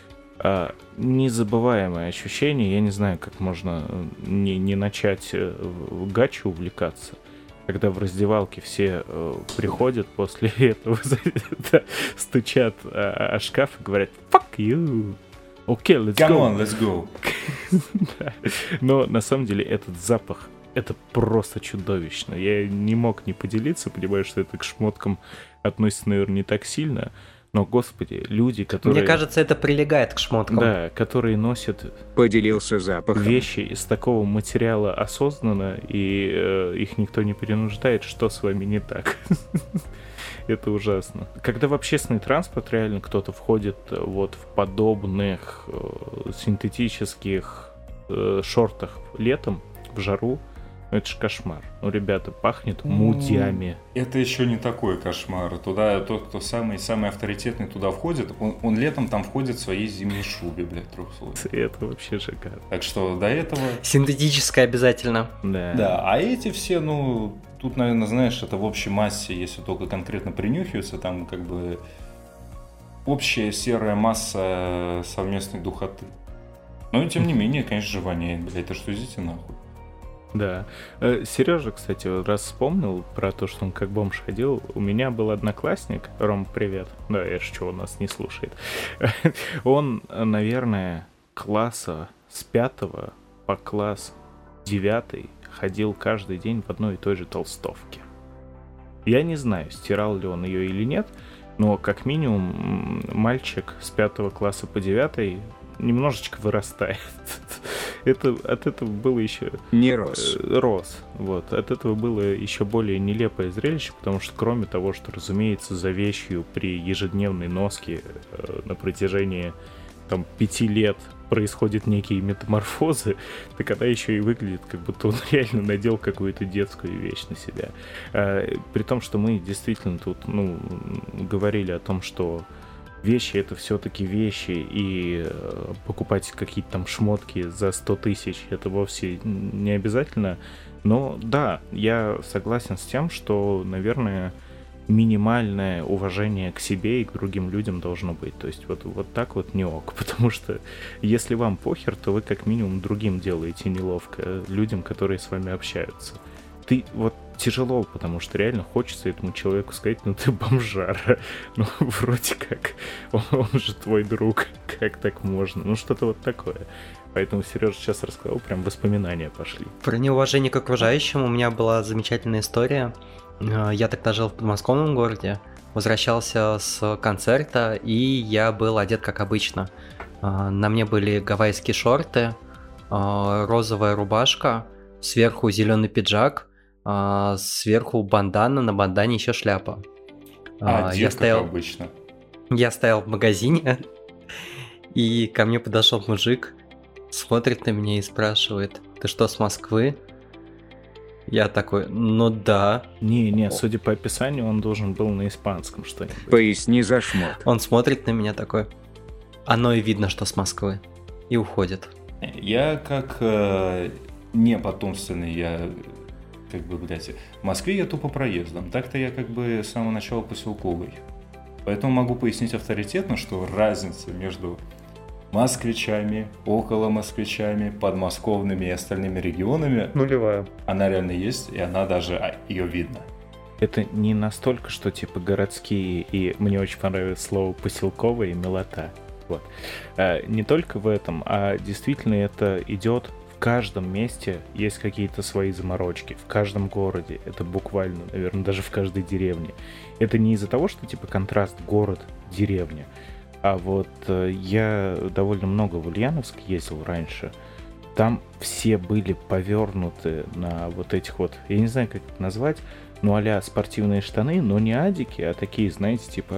Speaker 3: Незабываемое ощущение. Я не знаю, как можно не начать в гачу увлекаться, когда в раздевалке все приходят после этого, стучат о шкаф и говорят «Fuck you!» Окей, let's go.
Speaker 4: Come on, let's go.
Speaker 3: Да. Но на самом деле этот запах, это просто чудовищно. Я не мог не поделиться, понимаю, что это к шмоткам относится, наверное, не так сильно. Но, господи, люди, которые...
Speaker 5: Мне кажется, это прилегает к шмоткам.
Speaker 3: Да, которые носят
Speaker 6: Поделился запахом.
Speaker 3: вещи из такого материала осознанно, и их никто не принуждает, что с вами не так. Это ужасно. Когда в общественный транспорт реально кто-то входит вот в подобных синтетических шортах летом, в жару, это ж кошмар. Ну, ребята, пахнет мудями.
Speaker 4: Это еще не такой кошмар. Туда тот, кто самый авторитетный туда входит, он летом там входит в своей зимней шубе, блядь, трухлой.
Speaker 3: Это вообще шикарно.
Speaker 4: Так что до этого...
Speaker 5: Синтетическое обязательно.
Speaker 3: Да.
Speaker 4: Да, а эти все, ну, тут, наверное, знаешь, это в общей массе, если только конкретно принюхиваться, там как бы общая серая масса совместной духоты. Но и тем не менее, конечно же, воняет, блядь, это что, идите нахуй.
Speaker 3: Да. Сережа, кстати, раз вспомнил про то, что он как бомж ходил. У меня был одноклассник, Ром, привет. Да, я что, он нас не слушает. Он, наверное, класса с 5 по класс 9 ходил каждый день в одной и той же толстовке. Я не знаю, стирал ли он ее или нет, но как минимум мальчик с 5 класса по 9 немножечко вырастает. От этого было еще...
Speaker 6: Не рос.
Speaker 3: Рос. Вот. От этого было еще более нелепое зрелище, потому что кроме того, что, разумеется, за вещью при ежедневной носке на протяжении 5 лет происходят некие метаморфозы, так она еще и выглядит, как будто он реально надел какую-то детскую вещь на себя. При том, что мы действительно тут говорили о том, что вещи — это все-таки вещи, и покупать какие-то там шмотки за 100 тысяч — это вовсе не обязательно. Но да, я согласен с тем, что, наверное, минимальное уважение к себе и к другим людям должно быть. То есть вот так вот не ок. Потому что если вам похер, то вы как минимум другим делаете неловко, людям, которые с вами общаются. Тяжело, потому что реально хочется этому человеку сказать: ну ты бомжара, ну вроде как, он же твой друг, как так можно, ну что-то вот такое. Поэтому Сережа сейчас рассказал, прям воспоминания пошли.
Speaker 5: Про неуважение к окружающим у меня была замечательная история. Я тогда жил в подмосковном городе, возвращался с концерта, и я был одет как обычно. На мне были гавайские шорты, розовая рубашка, сверху зеленый пиджак, сверху бандана, на бандане еще шляпа.
Speaker 4: Одет как обычно.
Speaker 5: Я стоял в магазине, и ко мне подошел мужик, смотрит на меня и спрашивает: ты что, с Москвы? Я такой: ну да.
Speaker 3: Не, судя по описанию, он должен был на испанском что-нибудь.
Speaker 6: Поясни за шмот.
Speaker 5: Он смотрит на меня такой: оно и видно, что с Москвы. И уходит.
Speaker 4: Я как не потомственный, я как бы, блядь, в Москве я тупо проездом. Так-то я как бы с самого начала поселковый. Поэтому могу пояснить авторитетно, что разница между москвичами, около москвичами, подмосковными и остальными регионами
Speaker 3: нулевая.
Speaker 4: Она реально есть, и она даже, ее видно.
Speaker 3: Это не настолько, что типа городские, и мне очень понравилось слово поселковые, милота. Вот. Не только в этом, а действительно это идет в каждом месте, есть какие-то свои заморочки, в каждом городе, это буквально, наверное, даже в каждой деревне. Это не из-за того, что типа контраст город-деревня, а вот я довольно много в Ульяновск ездил раньше, там все были повернуты на вот этих вот, я не знаю, как это назвать, ну а-ля спортивные штаны, но не адики, а такие, знаете, типа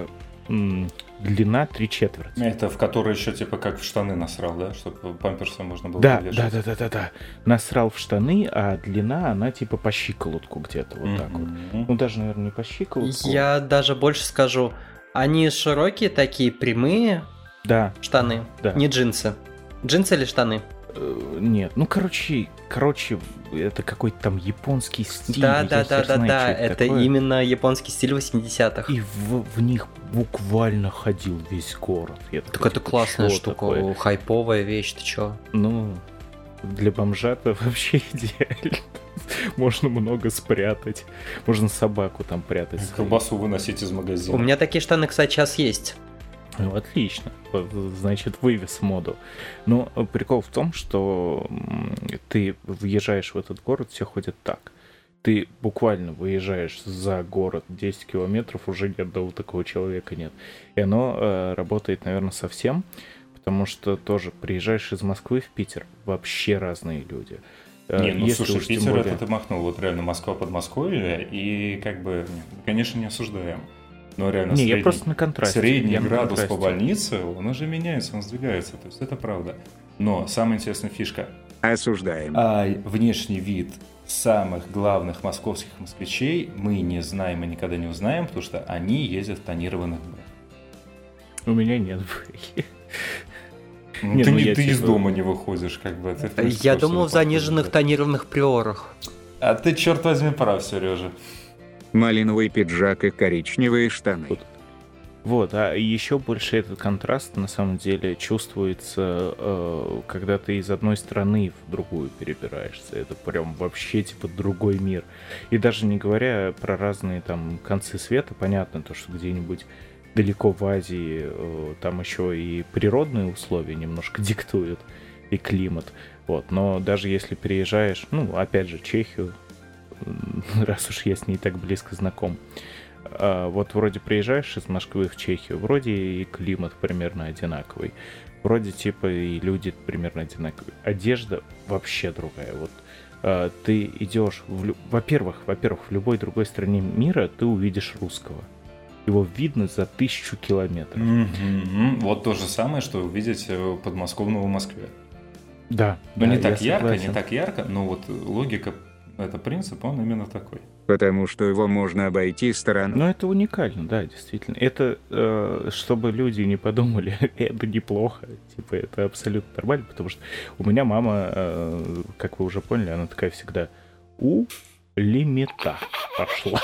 Speaker 3: длина 3/4.
Speaker 4: Это в которой еще типа как в штаны насрал, да? Чтобы памперсы можно было
Speaker 3: Да.
Speaker 4: повешать.
Speaker 3: Насрал в штаны, а длина, она типа по щиколотку где-то, вот так вот. Ну, даже, наверное, не по щиколотку.
Speaker 5: Я даже больше скажу, они широкие такие, прямые
Speaker 3: Да.
Speaker 5: штаны,
Speaker 3: Да.
Speaker 5: не джинсы. Джинсы или штаны?
Speaker 3: Нет, ну, короче, это какой-то там японский стиль.
Speaker 5: Да,
Speaker 3: я хер знает, что
Speaker 5: это
Speaker 3: такое.
Speaker 5: именно японский стиль 80-х.
Speaker 3: И в них буквально ходил весь город. Я
Speaker 5: Так
Speaker 3: такой,
Speaker 5: это
Speaker 3: типа,
Speaker 5: классная
Speaker 3: чё
Speaker 5: штука,
Speaker 3: такое?
Speaker 5: хайповая вещь, ты чё?
Speaker 3: Ну, для бомжа-то вообще идеально. Можно много спрятать. Можно собаку там прятать.
Speaker 4: Колбасу выносить из магазина.
Speaker 5: У меня такие штаны, кстати, сейчас есть.
Speaker 3: Ну, отлично. Вот, значит, вывез моду. Но прикол в том, что ты въезжаешь в этот город, все ходят так. Ты буквально выезжаешь за город 10 километров, уже ни одного такого человека нет. И оно работает, наверное, совсем, потому что тоже приезжаешь из Москвы в Питер, вообще разные люди.
Speaker 4: Не, ну
Speaker 3: Если
Speaker 4: слушай,
Speaker 3: уж тем
Speaker 4: Питер
Speaker 3: более-
Speaker 4: это ты махнул, вот реально Москва, Подмосковье, и как бы, конечно, не осуждаем. Но реально
Speaker 3: Не, я просто на контрасте.
Speaker 4: средний
Speaker 3: Я на
Speaker 4: градус по
Speaker 3: контрасте.
Speaker 4: больнице, он уже меняется, он сдвигается, то есть это правда. Но самая интересная фишка,
Speaker 6: Осуждаем.
Speaker 4: внешний вид самых главных московских москвичей мы не знаем и никогда не узнаем, потому что они ездят в тонированных брендах.
Speaker 3: У меня нет.
Speaker 4: Ну,
Speaker 3: Не,
Speaker 4: ты
Speaker 3: ну
Speaker 4: не-
Speaker 3: я
Speaker 4: ты из
Speaker 3: типа-
Speaker 4: дома не выходишь, как бы. ты
Speaker 5: Я
Speaker 4: просто
Speaker 5: думал в
Speaker 4: себе
Speaker 5: заниженных
Speaker 4: подходишь.
Speaker 5: тонированных приорах.
Speaker 4: А ты, черт возьми, прав, Сережа.
Speaker 6: Малиновый пиджак и коричневые штаны.
Speaker 3: Вот, а еще больше этот контраст на самом деле чувствуется, когда ты из одной страны в другую перебираешься. Это прям вообще типа другой мир. И даже не говоря про разные там концы света, понятно, то, что где-нибудь далеко в Азии там еще и природные условия немножко диктуют, и климат. Вот, но даже если переезжаешь, ну, опять же, Чехию, раз уж я с ней так близко знаком, вот вроде приезжаешь из Москвы в Чехию, вроде и климат примерно одинаковый, вроде типа и люди примерно одинаковые, одежда вообще другая. Вот ты идешь, во-первых, в любой другой стране мира ты увидишь русского. Его видно за 1000 километров.
Speaker 4: Вот то же самое, что увидеть подмосковного в Москве.
Speaker 3: Да.
Speaker 4: Но
Speaker 3: да,
Speaker 4: не так
Speaker 3: я
Speaker 4: ярко,
Speaker 3: согласен.
Speaker 4: не так ярко, но вот логика, это принцип, он именно такой.
Speaker 6: Потому что его можно обойти стороной.
Speaker 3: Но это уникально, да, действительно. Это, чтобы люди не подумали, это неплохо. Типа, это абсолютно нормально, потому что у меня мама, как вы уже поняли, она такая всегда лимита пошла.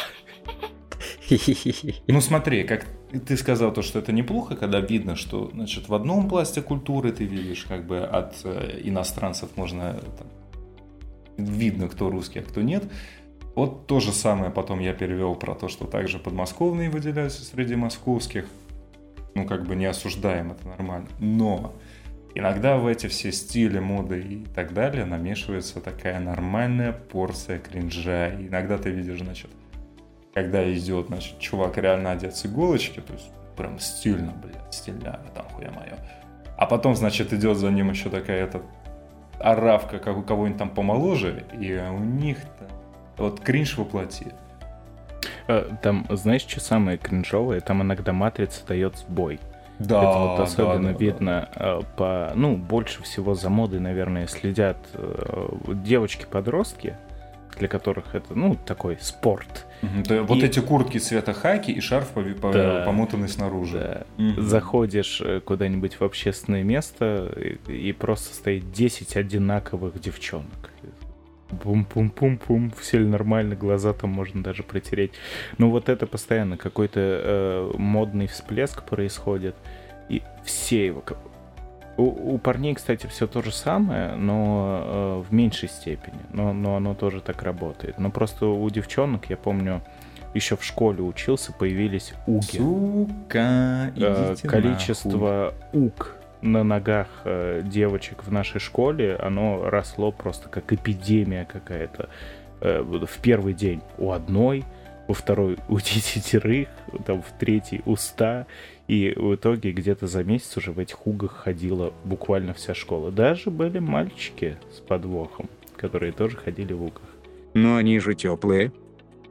Speaker 4: Ну смотри, как ты сказал, то, что это неплохо, когда видно, что, значит, в одном пласте культуры ты видишь, как бы от иностранцев можно там, видно, кто русский, а кто нет. Вот то же самое потом я перевел про то, что также подмосковные выделяются среди московских. Ну, как бы не осуждаем, это нормально. Но иногда в эти все стили, моды и так далее намешивается такая нормальная порция кринжа. И иногда ты видишь, значит, когда идет, значит, чувак реально одет с иголочки, то есть прям стильно, блядь, стиляга там, хуя моё. А потом, значит, идет за ним еще такая оравка, как у кого-нибудь там помоложе, и у них-то вот кринж воплоти.
Speaker 3: Там, знаешь, что самое кринжовое? Там иногда матрица дает сбой.
Speaker 4: Да,
Speaker 3: Это вот особенно
Speaker 4: да.
Speaker 3: видно по... Ну, больше всего за модой, наверное, следят девочки-подростки, для которых это, ну, такой спорт.
Speaker 4: Вот эти куртки цвета хаки и шарф помотанный снаружи.
Speaker 3: Да. Заходишь куда-нибудь в общественное место, и просто стоит 10 одинаковых девчонок. Пум-пум-пум-пум, все нормально, глаза там можно даже протереть. Ну вот это постоянно какой-то модный всплеск происходит, и все его... У парней, кстати, все то же самое, но в меньшей степени. Но оно тоже так работает. Но просто у девчонок, я помню, еще в школе учился, появились уги.
Speaker 4: Сука, идите
Speaker 3: Количество уг на ногах девочек в нашей школе, оно росло просто как эпидемия какая-то. В первый день у одной, во второй у 10, там, в третий у 100. И в итоге где-то за месяц уже в этих угах ходила буквально вся школа. Даже были мальчики с подвохом, которые тоже ходили в угах.
Speaker 6: Но они же теплые.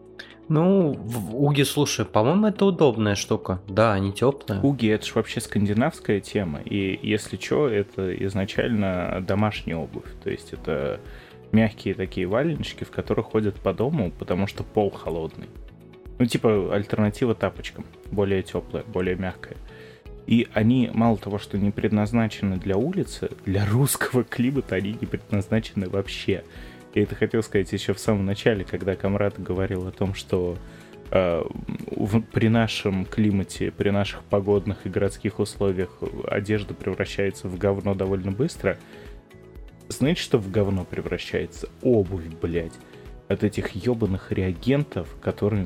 Speaker 5: Ну, уги, слушай, по-моему, это удобная штука. Да, они теплые.
Speaker 3: Уги — это же вообще скандинавская тема, и если что, это изначально домашняя обувь. То есть это мягкие такие валеночки, в которых ходят по дому, потому что пол холодный. Ну, типа альтернатива тапочкам. Более теплая, более мягкая. И они, мало того, что не предназначены для улицы, для русского климата они не предназначены вообще. Я это хотел сказать еще в самом начале, когда Камрад говорил о том, что при нашем климате, при наших погодных и городских условиях одежда превращается в говно довольно быстро. Знаете, что в говно превращается? Обувь, блядь. От этих ебаных реагентов, которыми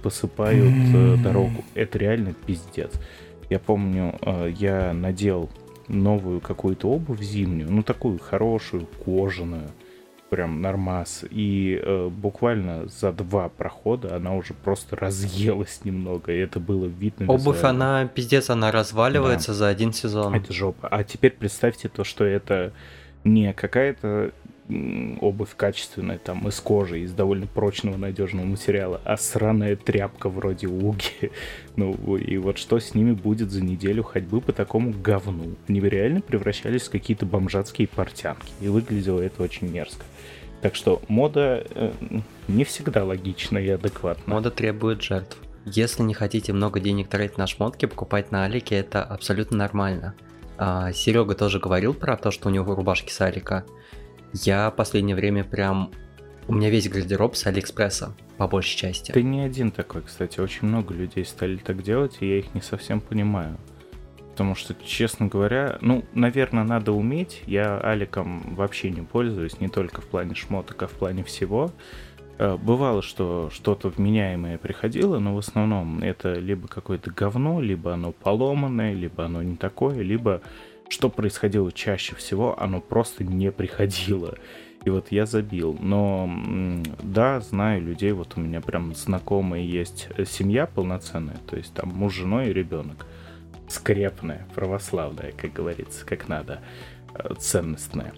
Speaker 3: посыпают дорогу. Это реально пиздец. Я помню, я надел новую какую-то обувь зимнюю, ну такую хорошую, кожаную, прям нормас. И буквально за 2 прохода она уже просто разъелась немного, и это было видно.
Speaker 5: Обувь,
Speaker 3: визуально.
Speaker 5: она пиздец, она разваливается за 1 сезон.
Speaker 3: Это жопа. А теперь представьте то, что это не какая-то обувь качественная, там, из кожи, из довольно прочного, надежного материала, а сраная тряпка вроде уги. Ну, и вот что с ними будет за неделю ходьбы по такому говну? Они реально превращались в какие-то бомжатские портянки, и выглядело это очень мерзко. Так что мода не всегда логична и адекватна.
Speaker 5: Мода требует жертв. Если не хотите много денег тратить на шмотки, покупать на Алике, это абсолютно нормально. Серега тоже говорил про то, что у него рубашки с Алика. Я в последнее время прям... У меня весь гардероб с Алиэкспресса, по большей части.
Speaker 3: Ты не один такой, кстати. Очень много людей стали так делать, и я их не совсем понимаю. Потому что, честно говоря, ну, наверное, надо уметь. Я Аликом вообще не пользуюсь, не только в плане шмоток, а в плане всего. Бывало, что что-то вменяемое приходило, но в основном это либо какое-то говно, либо оно поломанное, либо оно не такое, либо... Что происходило чаще всего, оно просто не приходило. И вот я забил. Но да, знаю людей, вот у меня прям знакомые есть семья полноценная, то есть там муж, жена и ребенок. Скрепная, православная, как говорится, как надо, ценностная.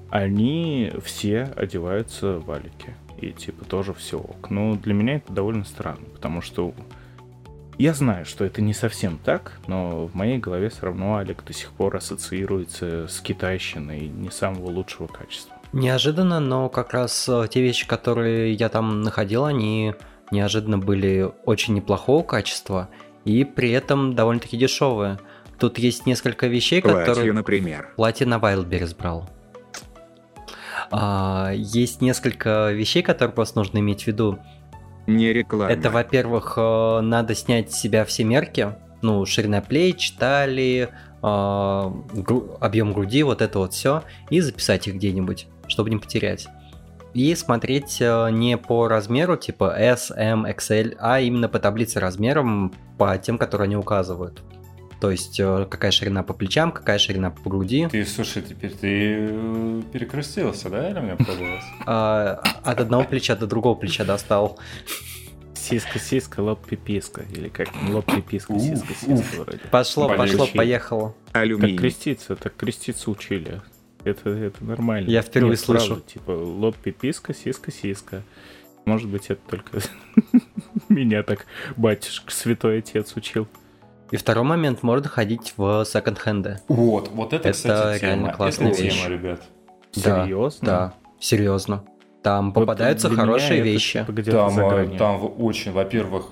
Speaker 3: Они все одеваются в Алики. И типа тоже все ок. Но для меня это довольно странно, потому что я знаю, что это не совсем так, но в моей голове все равно Алик до сих пор ассоциируется с китайщиной не самого лучшего качества.
Speaker 5: Неожиданно, но как раз те вещи, которые я там находил, они неожиданно были очень неплохого качества и при этом довольно-таки дешевые. Тут есть несколько вещей, которые...
Speaker 6: например.
Speaker 5: Платье на Wildberries брал. Есть несколько вещей, которые просто нужно иметь в виду.
Speaker 6: Не реклама.
Speaker 5: Это, во-первых, надо снять с себя все мерки. Ну, ширина плеч, талии, объем груди, вот это вот все. И записать их где-нибудь, чтобы не потерять. И смотреть не по размеру, типа S, M, XL, а именно по таблице размерам, по тем, которые они указывают. То есть, какая ширина по плечам, какая ширина по груди.
Speaker 4: Ты, слушай, теперь ты перекрестился, да, или мне показалось?
Speaker 5: От одного плеча до другого плеча достал.
Speaker 3: Сиска-сиска, лоб-пиписка. Или как? Лоб-пиписка, сиска-сиска вроде.
Speaker 5: Пошло,
Speaker 3: Болючий.
Speaker 5: поехало.
Speaker 6: Алюминий.
Speaker 3: Так креститься учили. Это нормально.
Speaker 5: Я впервые
Speaker 3: Нет, правда,
Speaker 5: слышу.
Speaker 3: типа лоб-пиписка, сиска-сиска. Может быть, это только меня так батюшка, святой отец учил.
Speaker 5: И второй момент, можно ходить в секонд-хенды.
Speaker 4: Вот это, кстати,
Speaker 5: реально
Speaker 4: тема.
Speaker 5: классная
Speaker 4: Это
Speaker 5: вещь.
Speaker 4: тема, ребят.
Speaker 3: Серьезно?
Speaker 5: Да, серьезно. Там
Speaker 3: Вот
Speaker 5: попадаются
Speaker 3: для
Speaker 5: хорошие
Speaker 3: меня это
Speaker 5: вещи.
Speaker 3: типа где-то за гранью.
Speaker 4: Там очень, во-первых,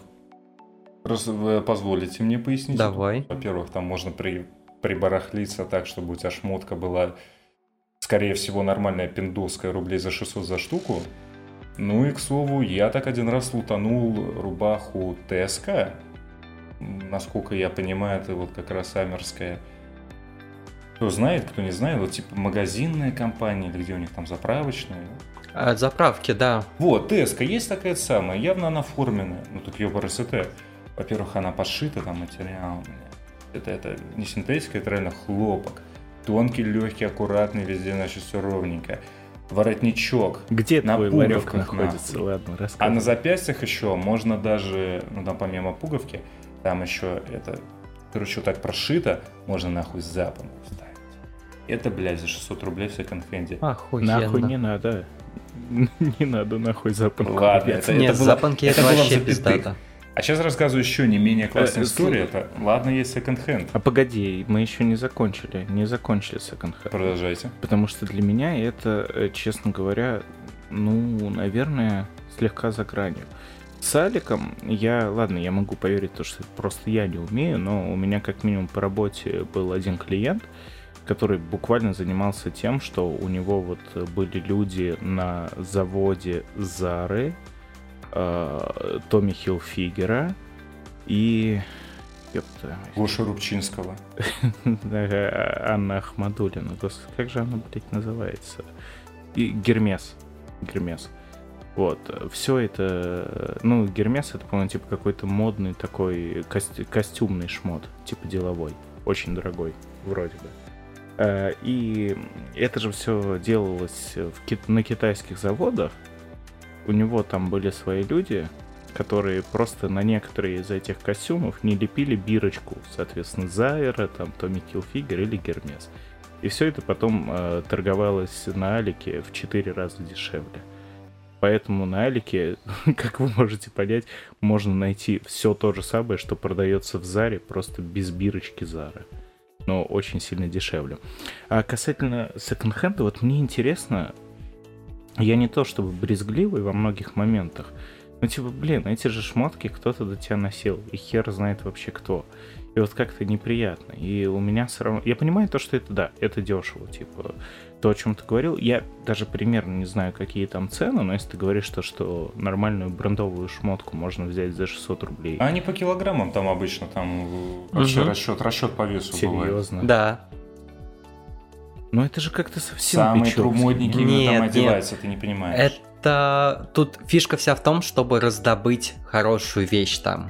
Speaker 4: вы позволите мне пояснить?
Speaker 5: Давай.
Speaker 4: Во-первых, там можно прибарахлиться так, чтобы у тебя шмотка была, скорее всего, нормальная пиндоская, рублей за 600 за штуку. Ну и, к слову, я так один раз лутанул рубаху ТСК. Насколько я понимаю, это вот как раз амерская. Кто знает, кто не знает, вот типа магазинная компания, или где у них там заправочная.
Speaker 5: От заправки, да.
Speaker 4: Вот, ТСК есть такая самая, явно она форменная. Ну так ёпарасоте. Во-первых, она подшита, там материал. Это не синтетика, это реально хлопок. Тонкий, легкий, аккуратный, везде, значит, все ровненько. Воротничок.
Speaker 3: Где
Speaker 4: на
Speaker 3: твой ларек
Speaker 4: пуговках
Speaker 3: находится?
Speaker 4: нахуй.
Speaker 3: Ладно,
Speaker 4: А
Speaker 3: рассказывай.
Speaker 4: на запястьях еще можно даже, ну там помимо пуговки, там еще это, короче, вот так прошито, можно нахуй запонку ставить. Это, блядь, за 600 рублей в секонд-хенде.
Speaker 5: Охуенно.
Speaker 3: Нахуй не надо. Не надо нахуй запонки.
Speaker 4: Ладно,
Speaker 3: ребят.
Speaker 5: Нет, запонки это
Speaker 4: было в
Speaker 5: вообще
Speaker 4: запятых.
Speaker 5: пиздато.
Speaker 4: А сейчас рассказываю еще не менее классную
Speaker 3: Э,
Speaker 4: историю. Это, ладно, есть секонд-хенд.
Speaker 3: А погоди, мы еще не закончили секонд-хенд.
Speaker 4: Продолжайте.
Speaker 3: Потому что для меня это, честно говоря, ну, наверное, слегка за гранью. С Аликом я могу поверить, то, что просто я не умею, но у меня как минимум по работе был один клиент, который буквально занимался тем, что у него вот были люди на заводе Зары, Томми Хилфигера и...
Speaker 4: Гоша Рубчинского.
Speaker 3: Анна Ахмадулина. Господи, как же она, блядь, называется? И Гермес. Вот, все это... Ну, Гермес это, по-моему, типа какой-то модный такой костюмный шмот, типа деловой. Очень дорогой, вроде бы. И это же все делалось на китайских заводах. У него там были свои люди, которые просто на некоторые из этих костюмов не лепили бирочку, соответственно, Зайра, там, Томми Хилфигер или Гермес. И все это потом торговалось на Алике в 4 раза дешевле. Поэтому на Алике, как вы можете понять, можно найти все то же самое, что продается в Заре, просто без бирочки Зары. Но очень сильно дешевле. А касательно секонд-хенда, вот мне интересно, я не то чтобы брезгливый во многих моментах, но типа, блин, эти же шмотки кто-то до тебя носил, и хер знает вообще кто. И вот как-то неприятно. И у меня все равно... Я понимаю то, что это, да, это дешево, типа, то, о чем ты говорил. Я даже примерно не знаю, какие там цены, но если ты говоришь то, что нормальную брендовую шмотку можно взять за 600 рублей.
Speaker 4: А они по килограммам там обычно, там вообще расчет по весу бывает.
Speaker 3: Серьезно?
Speaker 5: Да.
Speaker 3: Но это же как-то совсем
Speaker 4: Самые
Speaker 3: печёлки.
Speaker 4: трумодники
Speaker 5: Нет,
Speaker 4: именно там
Speaker 5: нет.
Speaker 4: одеваются, ты не понимаешь.
Speaker 5: Это... Тут фишка вся в том, чтобы раздобыть хорошую вещь там.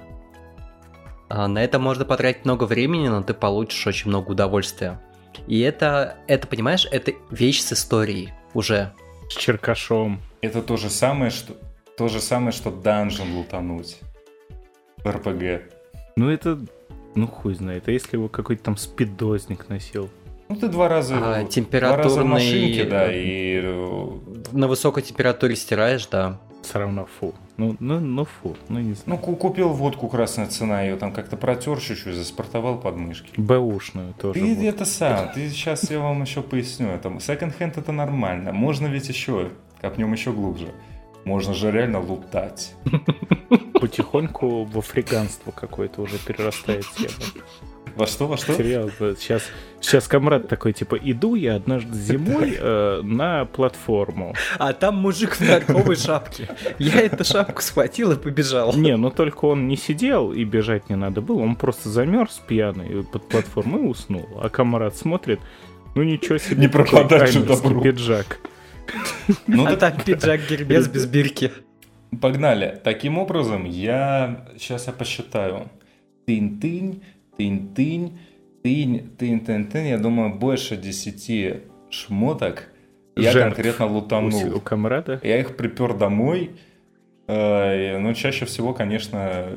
Speaker 5: На это можно потратить много времени, но ты получишь очень много удовольствия. И это понимаешь, это вещь с историей уже.
Speaker 3: С черкашом.
Speaker 4: Это то же самое, что данжен лутануть в РПГ.
Speaker 3: Ну это... Ну хуй знает. А если его какой-то там спидозник носил?
Speaker 4: Ну ты два раза в
Speaker 5: температурный...
Speaker 4: машинке, да, и...
Speaker 5: На высокой температуре стираешь, да.
Speaker 3: Все равно фу. Ну фу. Ну не знаю.
Speaker 4: Ну, купил водку, красная цена, ее там как-то протер чуть-чуть, заспортовал подмышки.
Speaker 3: Бэушную тоже.
Speaker 4: Ты
Speaker 3: вот.
Speaker 4: это сам, ты сейчас я вам еще поясню. Секонд-хенд это нормально. Можно ведь еще, копнем еще глубже. Можно же реально лутать.
Speaker 3: Потихоньку в африканство какое-то уже перерастает тема.
Speaker 4: Во что?
Speaker 3: Серьезно, сейчас комрад такой, типа, иду я однажды зимой на платформу.
Speaker 5: А там мужик в нарковой шапке. Я эту шапку схватил и побежал.
Speaker 3: Не, ну только он не сидел и бежать не надо было, он просто замерз пьяный под платформой и уснул. А комрад смотрит, ну ничего себе,
Speaker 4: Не пропадать же
Speaker 3: аймерский
Speaker 4: добру.
Speaker 3: пиджак.
Speaker 4: Ну,
Speaker 5: А так пиджак Гермес без бирки.
Speaker 4: Погнали. Таким образом, сейчас я посчитаю. Тынь-тынь, тынь-тынь, тынь-тынь-тынь. Я думаю, больше 10 шмоток я
Speaker 3: Жертв
Speaker 4: конкретно лутанул.
Speaker 3: У комрада?
Speaker 4: Я их припер домой. Но чаще всего, конечно,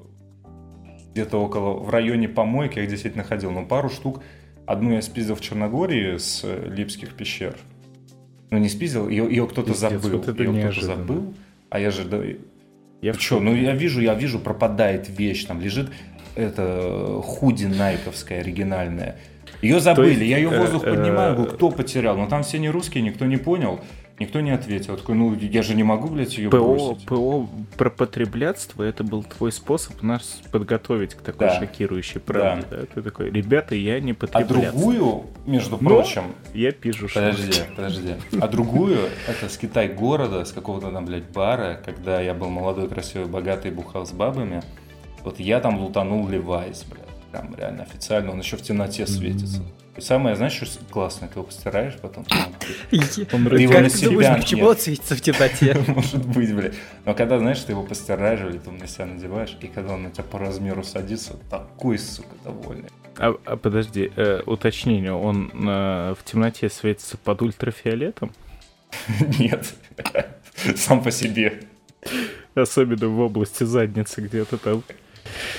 Speaker 4: где-то в районе помойки я их действительно ходил. Но пару штук. Одну я спиздил в Черногории с Липских пещер. Ну, не спиздил, ее кто-то
Speaker 3: Пиздец,
Speaker 4: забыл.
Speaker 3: вот это
Speaker 4: Ее кто-то
Speaker 3: неожиданно.
Speaker 4: забыл. А я же... Да,
Speaker 3: Я
Speaker 4: ты чё, ну я вижу, пропадает вещь, там лежит это худи найковская оригинальная. Ее забыли,
Speaker 3: есть,
Speaker 4: я ее в воздух поднимаю, говорю, кто потерял? Но там все не русские, никто не понял, никто не ответил. Я такой, ну я же не могу, блядь, ее бросить.
Speaker 3: ПО про потреблятство, это был твой способ нас подготовить к такой
Speaker 4: Да.
Speaker 3: шокирующей правде. Да. Ты такой, ребята, я не
Speaker 4: А
Speaker 3: потреблятство.
Speaker 4: другую, между
Speaker 3: Но
Speaker 4: прочим,
Speaker 3: я пишу шмотки.
Speaker 4: подожди. А другую, это с Китай-города, с какого-то там, блядь, бара, когда я был молодой, красивый, богатый, бухал с бабами, вот я там лутанул Levi's, блядь. Там реально официально, он еще в темноте светится. И самое, знаешь, что классное, ты его постираешь потом.
Speaker 3: Он
Speaker 4: Ты его
Speaker 5: Как
Speaker 4: на
Speaker 5: ты думаешь,
Speaker 4: себя...
Speaker 5: почему
Speaker 4: Нет.
Speaker 5: он светится в темноте?
Speaker 4: Может быть, блядь. Но когда, знаешь, ты его постираешь, или ты на себя надеваешь, и когда он на тебя по размеру садится, такой, сука, довольный.
Speaker 3: А подожди, уточнение, он в темноте светится под ультрафиолетом?
Speaker 4: Нет. Сам по себе.
Speaker 3: Особенно в области задницы где-то там.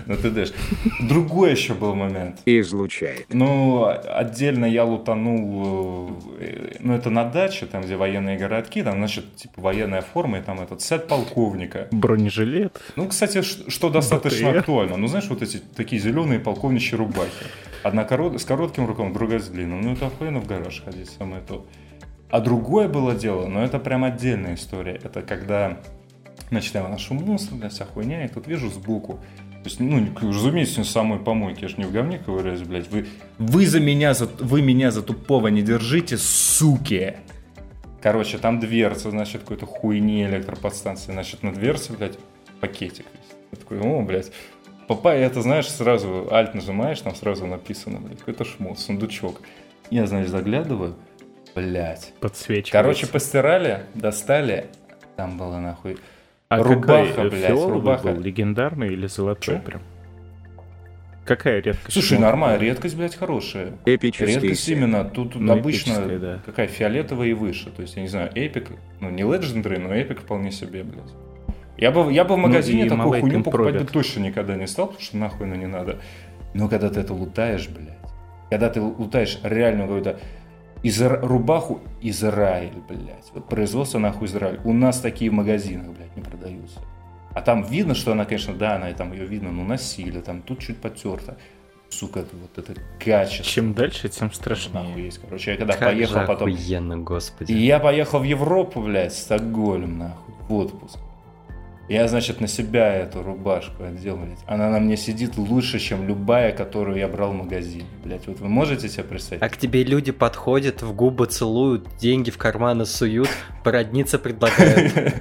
Speaker 4: Ну ты дэш. Другой еще был момент.
Speaker 6: Излучает.
Speaker 4: Ну, отдельно я лутанул, ну, это на даче, там, где военные городки, там, значит, типа, военная форма, и там этот сет полковника.
Speaker 3: Бронежилет.
Speaker 4: Ну, кстати, что достаточно
Speaker 3: БТР.
Speaker 4: актуально. Ну, знаешь, вот эти такие зеленые полковничьи рубахи. Одна с коротким рукавом, другая с длинным. Ну, это охуенно в гараж ходить, самое то. А другое было дело, но это прям отдельная история. Это когда, значит, я ношу мусор, да, вся хуйня, и тут вижу сбоку. То есть, ну, разумеется, не с самой помойки, я же не в говне ковыряюсь, блядь. Вы меня за тупого не держите, суки! Короче, там дверца, значит, какой-то хуйни электроподстанции, значит, на дверце, блядь, пакетик. Я такой, о, блядь. Папа, это, знаешь, сразу альт нажимаешь, там сразу написано, блядь, какой-то шмот, сундучок. Я, значит, заглядываю, блядь.
Speaker 3: Подсвечивается.
Speaker 4: Короче, постирали, достали, там была нахуй
Speaker 3: А
Speaker 4: рубаха,
Speaker 3: какой
Speaker 4: блядь,
Speaker 3: фиоловый
Speaker 4: рубаха.
Speaker 3: был, легендарный или золотой
Speaker 4: Чё?
Speaker 3: прям? Какая редкость?
Speaker 4: Слушай, нормально, редкость, блядь, хорошая.
Speaker 6: Эпический
Speaker 4: Редкость
Speaker 6: сет.
Speaker 4: именно, тут
Speaker 3: Ну,
Speaker 4: обычно
Speaker 3: эпическая, да.
Speaker 4: какая фиолетовая и выше. То есть, я не знаю, эпик, ну не Legendary, но эпик вполне себе, блядь. Я бы в магазине
Speaker 3: и
Speaker 4: такую
Speaker 3: Малайкин
Speaker 4: хуйню покупать бы
Speaker 3: Пробит.
Speaker 4: точно никогда не стал, потому что нахуй оно не надо. Но когда ты это лутаешь, блядь, когда ты лутаешь реально какую-то рубаху Израиль, блядь, вот производство нахуй Израиль, у нас такие в магазинах, блядь, не продаются. А там видно, что она, конечно, да, она там ее видно, но носили, там тут чуть потерто. Сука, это вот это качество.
Speaker 3: Чем дальше, тем
Speaker 4: Нахуй
Speaker 3: страшнее.
Speaker 4: есть, короче. Я когда
Speaker 5: Как
Speaker 4: поехал
Speaker 5: же
Speaker 4: потом...
Speaker 5: охуенно, господи.
Speaker 4: И я поехал в Европу, блядь, в Стокгольм, нахуй, в отпуск. Я, значит, на себя эту рубашку одел, блядь. Она на мне сидит лучше, чем любая, которую я брал в магазине, блядь. Вот вы можете себе представить?
Speaker 5: А к тебе люди подходят, в губы целуют, деньги в карманы суют, породниться предлагают.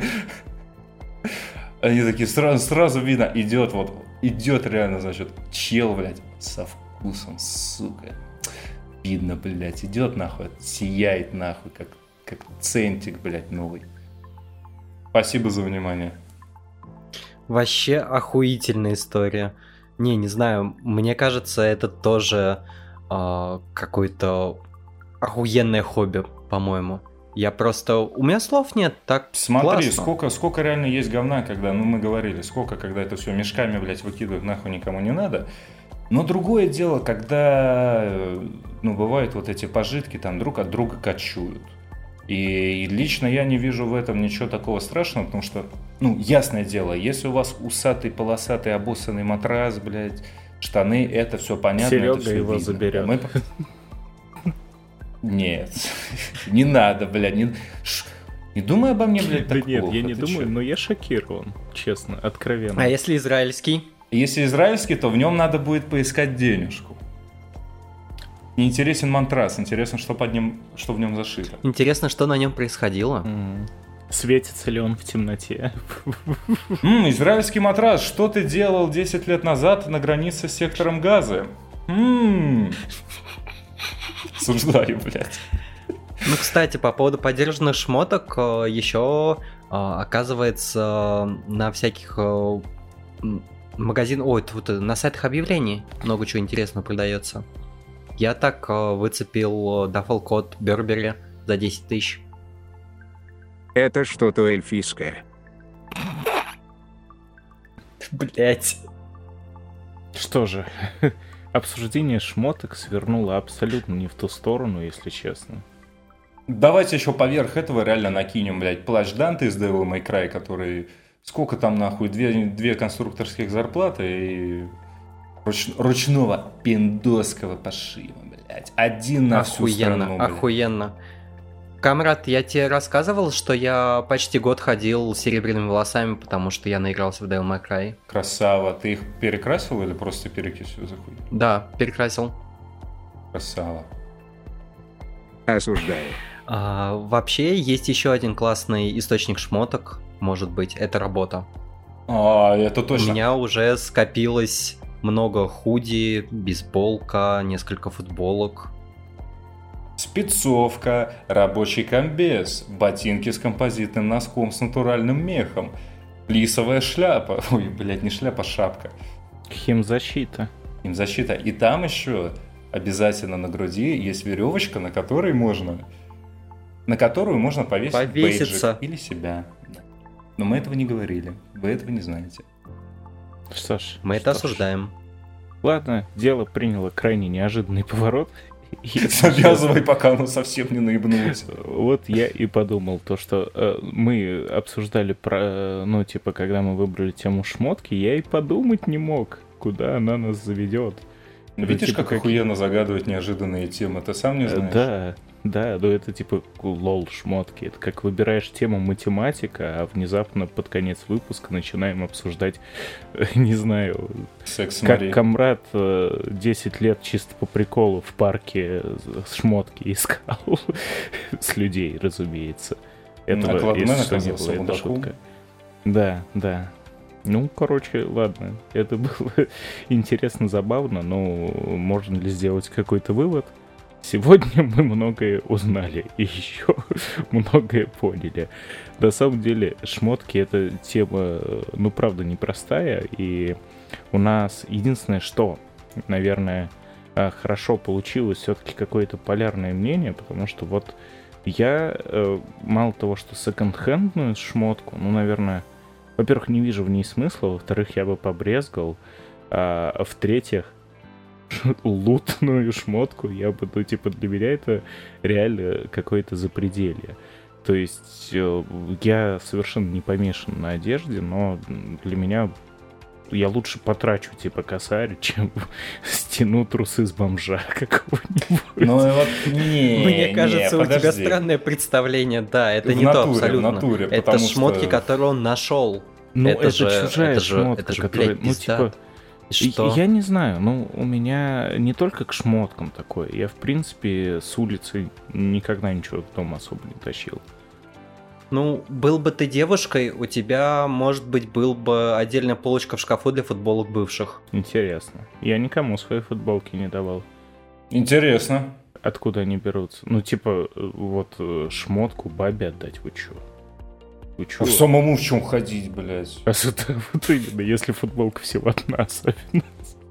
Speaker 4: Они такие, сразу видно, идет реально, значит, чел, блядь, со вкусом, сука. Видно, блядь, идет нахуй, сияет нахуй, как центик, блядь, новый. Спасибо за внимание.
Speaker 5: Вообще охуительная история. Не знаю, мне кажется, это тоже какое-то охуенное хобби, по-моему. Я просто... У меня слов нет, так
Speaker 4: Смотри,
Speaker 5: классно.
Speaker 4: сколько реально есть говна, когда, ну мы говорили, сколько, когда это все мешками, блядь, выкидывают, нахуй никому не надо. Но другое дело, когда, ну, бывают вот эти пожитки, там, друг от друга кочуют. И лично я не вижу в этом ничего такого страшного, потому что, ну, ясное дело, если у вас усатый, полосатый, обоссанный матрас, блядь, штаны, это все понятно.
Speaker 3: Серега
Speaker 4: это всё
Speaker 3: его
Speaker 4: видно.
Speaker 3: заберет.
Speaker 4: Нет, не надо, блядь, не думай обо мне, блядь,
Speaker 3: Да
Speaker 4: так
Speaker 3: нет,
Speaker 4: плохо.
Speaker 3: я не
Speaker 4: ты
Speaker 3: думаю,
Speaker 4: чё?
Speaker 3: но я шокирован, честно, откровенно.
Speaker 5: А если израильский?
Speaker 4: Если израильский, то в нем надо будет поискать денежку. Не интересен мантрас, интересно, что в нем зашито.
Speaker 5: Интересно, что на нем происходило.
Speaker 3: Светится ли он в темноте?
Speaker 4: Израильский матрас, что ты делал 10 лет назад на границе с сектором Газы? Осуждаю, блядь.
Speaker 5: Ну, кстати, по поводу подержанных шмоток, еще оказывается на всяких магазинах, на сайтах объявлений много чего интересного продается. Я так выцепил дафл-код Бербери за 10 тысяч.
Speaker 6: Это что-то эльфийское.
Speaker 5: Блять.
Speaker 3: Что же, обсуждение шмоток свернуло абсолютно не в ту сторону, если честно.
Speaker 4: Давайте еще поверх этого реально накинем, блядь, плащ Данте из Devil May Cry, который... Сколько там, нахуй, две конструкторских зарплаты и... ручного пиндосского пошива, блядь. Один на всю страну, блядь.
Speaker 5: Охуенно. Камрад, я тебе рассказывал, что я почти год ходил с серебряными волосами, потому что я наигрался в Devil May Cry.
Speaker 4: Красава. Ты их перекрасил или просто перекисью захуй?
Speaker 5: Да, перекрасил.
Speaker 4: Красава.
Speaker 6: Осуждаю.
Speaker 5: Вообще, есть еще один классный источник шмоток, может быть, это работа.
Speaker 4: Это точно.
Speaker 5: У меня уже скопилось много худи, бейсболка, несколько футболок.
Speaker 4: Спецовка, рабочий комбез, ботинки с композитным носком с натуральным мехом, флисовая шляпа. Ой, блядь, не шляпа, шапка.
Speaker 3: Химзащита.
Speaker 4: Химзащита. И там еще обязательно на груди есть веревочка, на которую можно повесить
Speaker 5: Повеситься.
Speaker 4: бейджик или себя. Да. Но мы этого не говорили. Вы этого не знаете.
Speaker 3: Что ж.
Speaker 5: Мы это осуждаем.
Speaker 3: Ладно, дело приняло крайне неожиданный поворот.
Speaker 4: Завязывай, пока оно совсем не наебнулось.
Speaker 3: Вот я и подумал, то, что мы обсуждали про, ну, типа, когда мы выбрали тему шмотки, я и подумать не мог, куда она нас заведет.
Speaker 4: Видишь, типа, как охуенно загадывать неожиданные темы, ты сам не знаешь? Да, ну это типа лол шмотки. Это как выбираешь тему математика, а внезапно под конец выпуска начинаем обсуждать, не знаю, секс
Speaker 3: как Камрад 10 лет чисто по приколу в парке шмотки искал. С людей, разумеется. Этого, если что, не было, это шутка. Да. Ну, короче, ладно. Это было интересно, забавно, но можно ли сделать какой-то вывод? Сегодня мы многое узнали и еще многое поняли. На самом деле, шмотки — это тема, ну, правда, непростая. И у нас единственное, что, наверное, хорошо получилось, все-таки какое-то полярное мнение, потому что вот я мало того, что секонд-хендную шмотку, ну, наверное, во-первых, не вижу в ней смысла, во-вторых, я бы побрезгал, а в-третьих, лутную шмотку я бы, ну, типа, для меня это реально какое-то запределье. То есть я совершенно не помешан на одежде, но для меня я лучше потрачу, типа, косарь, чем стяну трусы с бомжа какого-нибудь.
Speaker 4: Ну, вот
Speaker 5: мне кажется, у тебя странное представление, да, это не то абсолютно. Это шмотки, которые он нашел.
Speaker 3: Ну, это чужая шмотка, которая, ну, типа...
Speaker 5: Что?
Speaker 3: Я не знаю, ну, у меня не только к шмоткам такое. Я, в принципе, с улицы никогда ничего в дом особо не тащил.
Speaker 5: Ну, был бы ты девушкой, у тебя, может быть, был бы отдельная полочка в шкафу для футболок бывших.
Speaker 3: Интересно. Я никому свои футболки не давал.
Speaker 4: Интересно.
Speaker 3: Откуда они берутся? Ну, типа, вот шмотку бабе отдать, вы чё?
Speaker 4: А самому в чем ходить, блядь?
Speaker 3: Вот именно, если футболка всего одна особенно.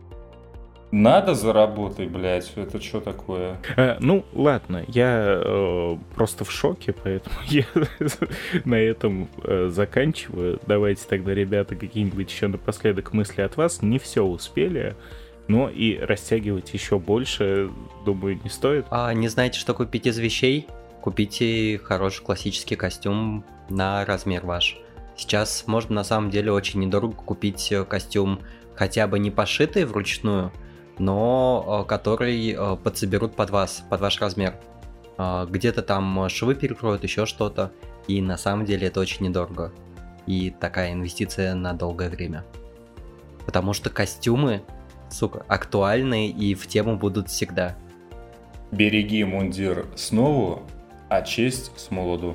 Speaker 4: Надо заработай, блядь, это что такое?
Speaker 3: Ну, ладно, я просто в шоке, поэтому я на этом заканчиваю. Давайте тогда, ребята, какие-нибудь еще напоследок мысли от вас. Не все успели, но и растягивать еще больше, думаю, не стоит.
Speaker 5: А не знаете, что купить из вещей? Купите хороший классический костюм на размер ваш. Сейчас можно на самом деле очень недорого купить костюм, хотя бы не пошитый вручную, но который подсоберут под вас, под ваш размер. Где-то там швы перекроют, еще что-то. И на самом деле это очень недорого. И такая инвестиция на долгое время. Потому что костюмы, сука, актуальны и в тему будут всегда.
Speaker 4: Береги мундир снову, а честь с молоду.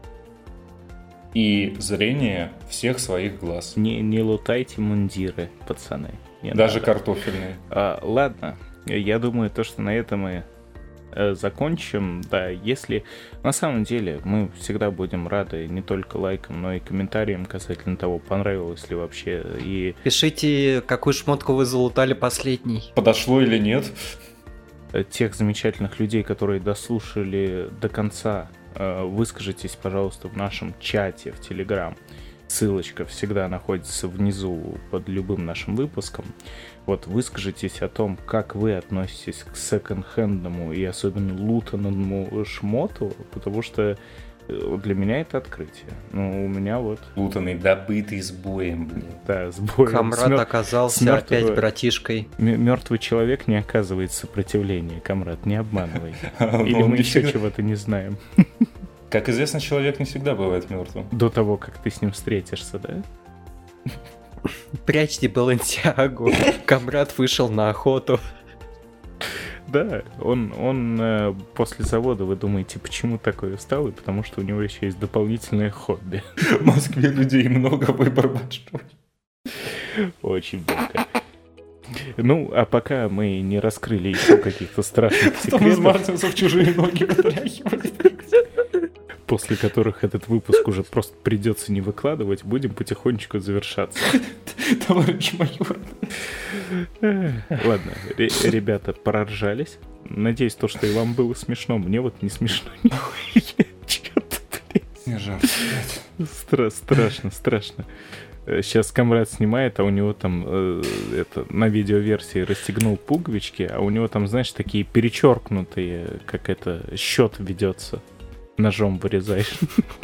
Speaker 4: И зрение всех своих глаз.
Speaker 3: Не лутайте мундиры, пацаны.
Speaker 4: Даже картофельные.
Speaker 3: Ладно, я думаю, то, что на этом мы закончим. Да, если на самом деле мы всегда будем рады не только лайкам, но и комментариям касательно того, понравилось ли вообще. И
Speaker 5: пишите, какую шмотку вы залутали последней.
Speaker 4: Подошло или нет.
Speaker 3: Тех замечательных людей, которые дослушали до конца, выскажитесь, пожалуйста, в нашем чате в Telegram. Ссылочка всегда находится внизу под любым нашим выпуском. Вот, выскажитесь о том, как вы относитесь к секонд-хендному и особенно лутанному шмоту, потому что для меня это открытие. Ну, у меня вот...
Speaker 4: Лутанный, добытый с боем, блин.
Speaker 3: Да, с боем.
Speaker 5: Камрад оказался опять братишкой.
Speaker 3: Мертвый человек не оказывает сопротивления, Камрад, не обманывай. Или мы еще чего-то не знаем.
Speaker 4: Как известно, человек не всегда бывает мертвым.
Speaker 3: До того, как ты с ним встретишься, да?
Speaker 5: Прячьте Баленсиагу. Камрад вышел на охоту.
Speaker 3: Да, он после завода, вы думаете, почему такой усталый? Потому что у него еще есть дополнительное хобби.
Speaker 4: В Москве людей много, выбор большой.
Speaker 3: Очень много. Ну, а пока мы не раскрыли еще каких-то страшных секретов...
Speaker 4: Потом из мартинсов чужие ноги вытряхивали.
Speaker 3: После которых этот выпуск уже просто придется не выкладывать, будем потихонечку завершаться.
Speaker 4: Товарищ майор.
Speaker 3: Ладно, ребята, проржались. Надеюсь, то, что и вам было смешно. Мне вот не смешно. Чё-то, блядь.
Speaker 4: Не жарко, блядь.
Speaker 3: Страшно. Сейчас Камрад снимает, а у него там на видеоверсии расстегнул пуговички, а у него там, знаешь, такие перечеркнутые, как это, счет ведется. Ножом вырезаешь.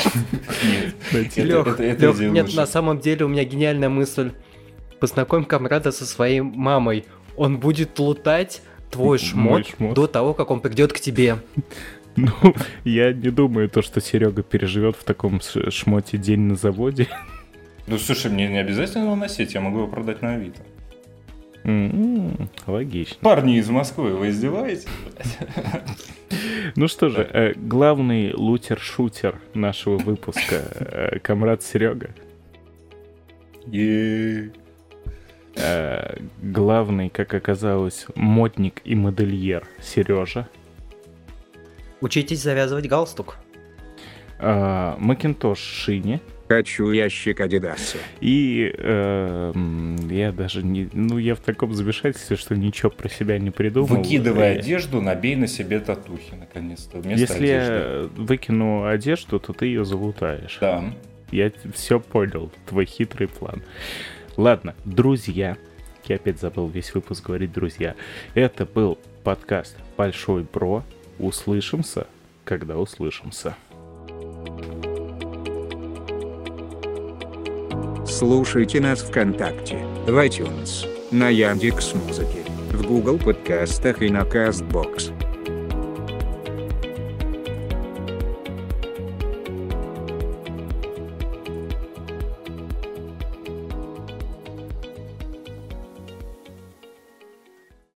Speaker 5: Лёх, нет, на самом деле у меня гениальная мысль. Познакомь Камрада со своей мамой. Он будет лутать твой шмот до того, как он придет к тебе.
Speaker 3: Ну, я не думаю, что Серега переживет в таком шмоте день на заводе.
Speaker 4: Ну, слушай, мне не обязательно его носить, я могу его продать на Авито.
Speaker 3: Логично.
Speaker 4: Парни из Москвы, вы издеваетесь?
Speaker 3: Ну что же, главный лутер-шутер нашего выпуска, Камрад Серега. Главный, как оказалось, модник и модельер Сережа.
Speaker 5: Учитесь завязывать галстук.
Speaker 3: Макинтош Шине.
Speaker 6: Хочу ящик Адидаса.
Speaker 3: И я даже не... Ну, я в таком замешательстве, что ничего про себя не придумал.
Speaker 4: Выкидывай одежду, набей на себе татухи, наконец-то.
Speaker 3: Если я выкину одежду, то ты ее залутаешь.
Speaker 4: Да.
Speaker 3: Я все понял, твой хитрый план. Ладно, друзья. Я опять забыл весь выпуск говорить «друзья». Это был подкаст «Большой Бро». Услышимся, когда услышимся.
Speaker 6: Слушайте нас ВКонтакте, в iTunes, на Яндекс.Музыке, в Google подкастах и на Castbox.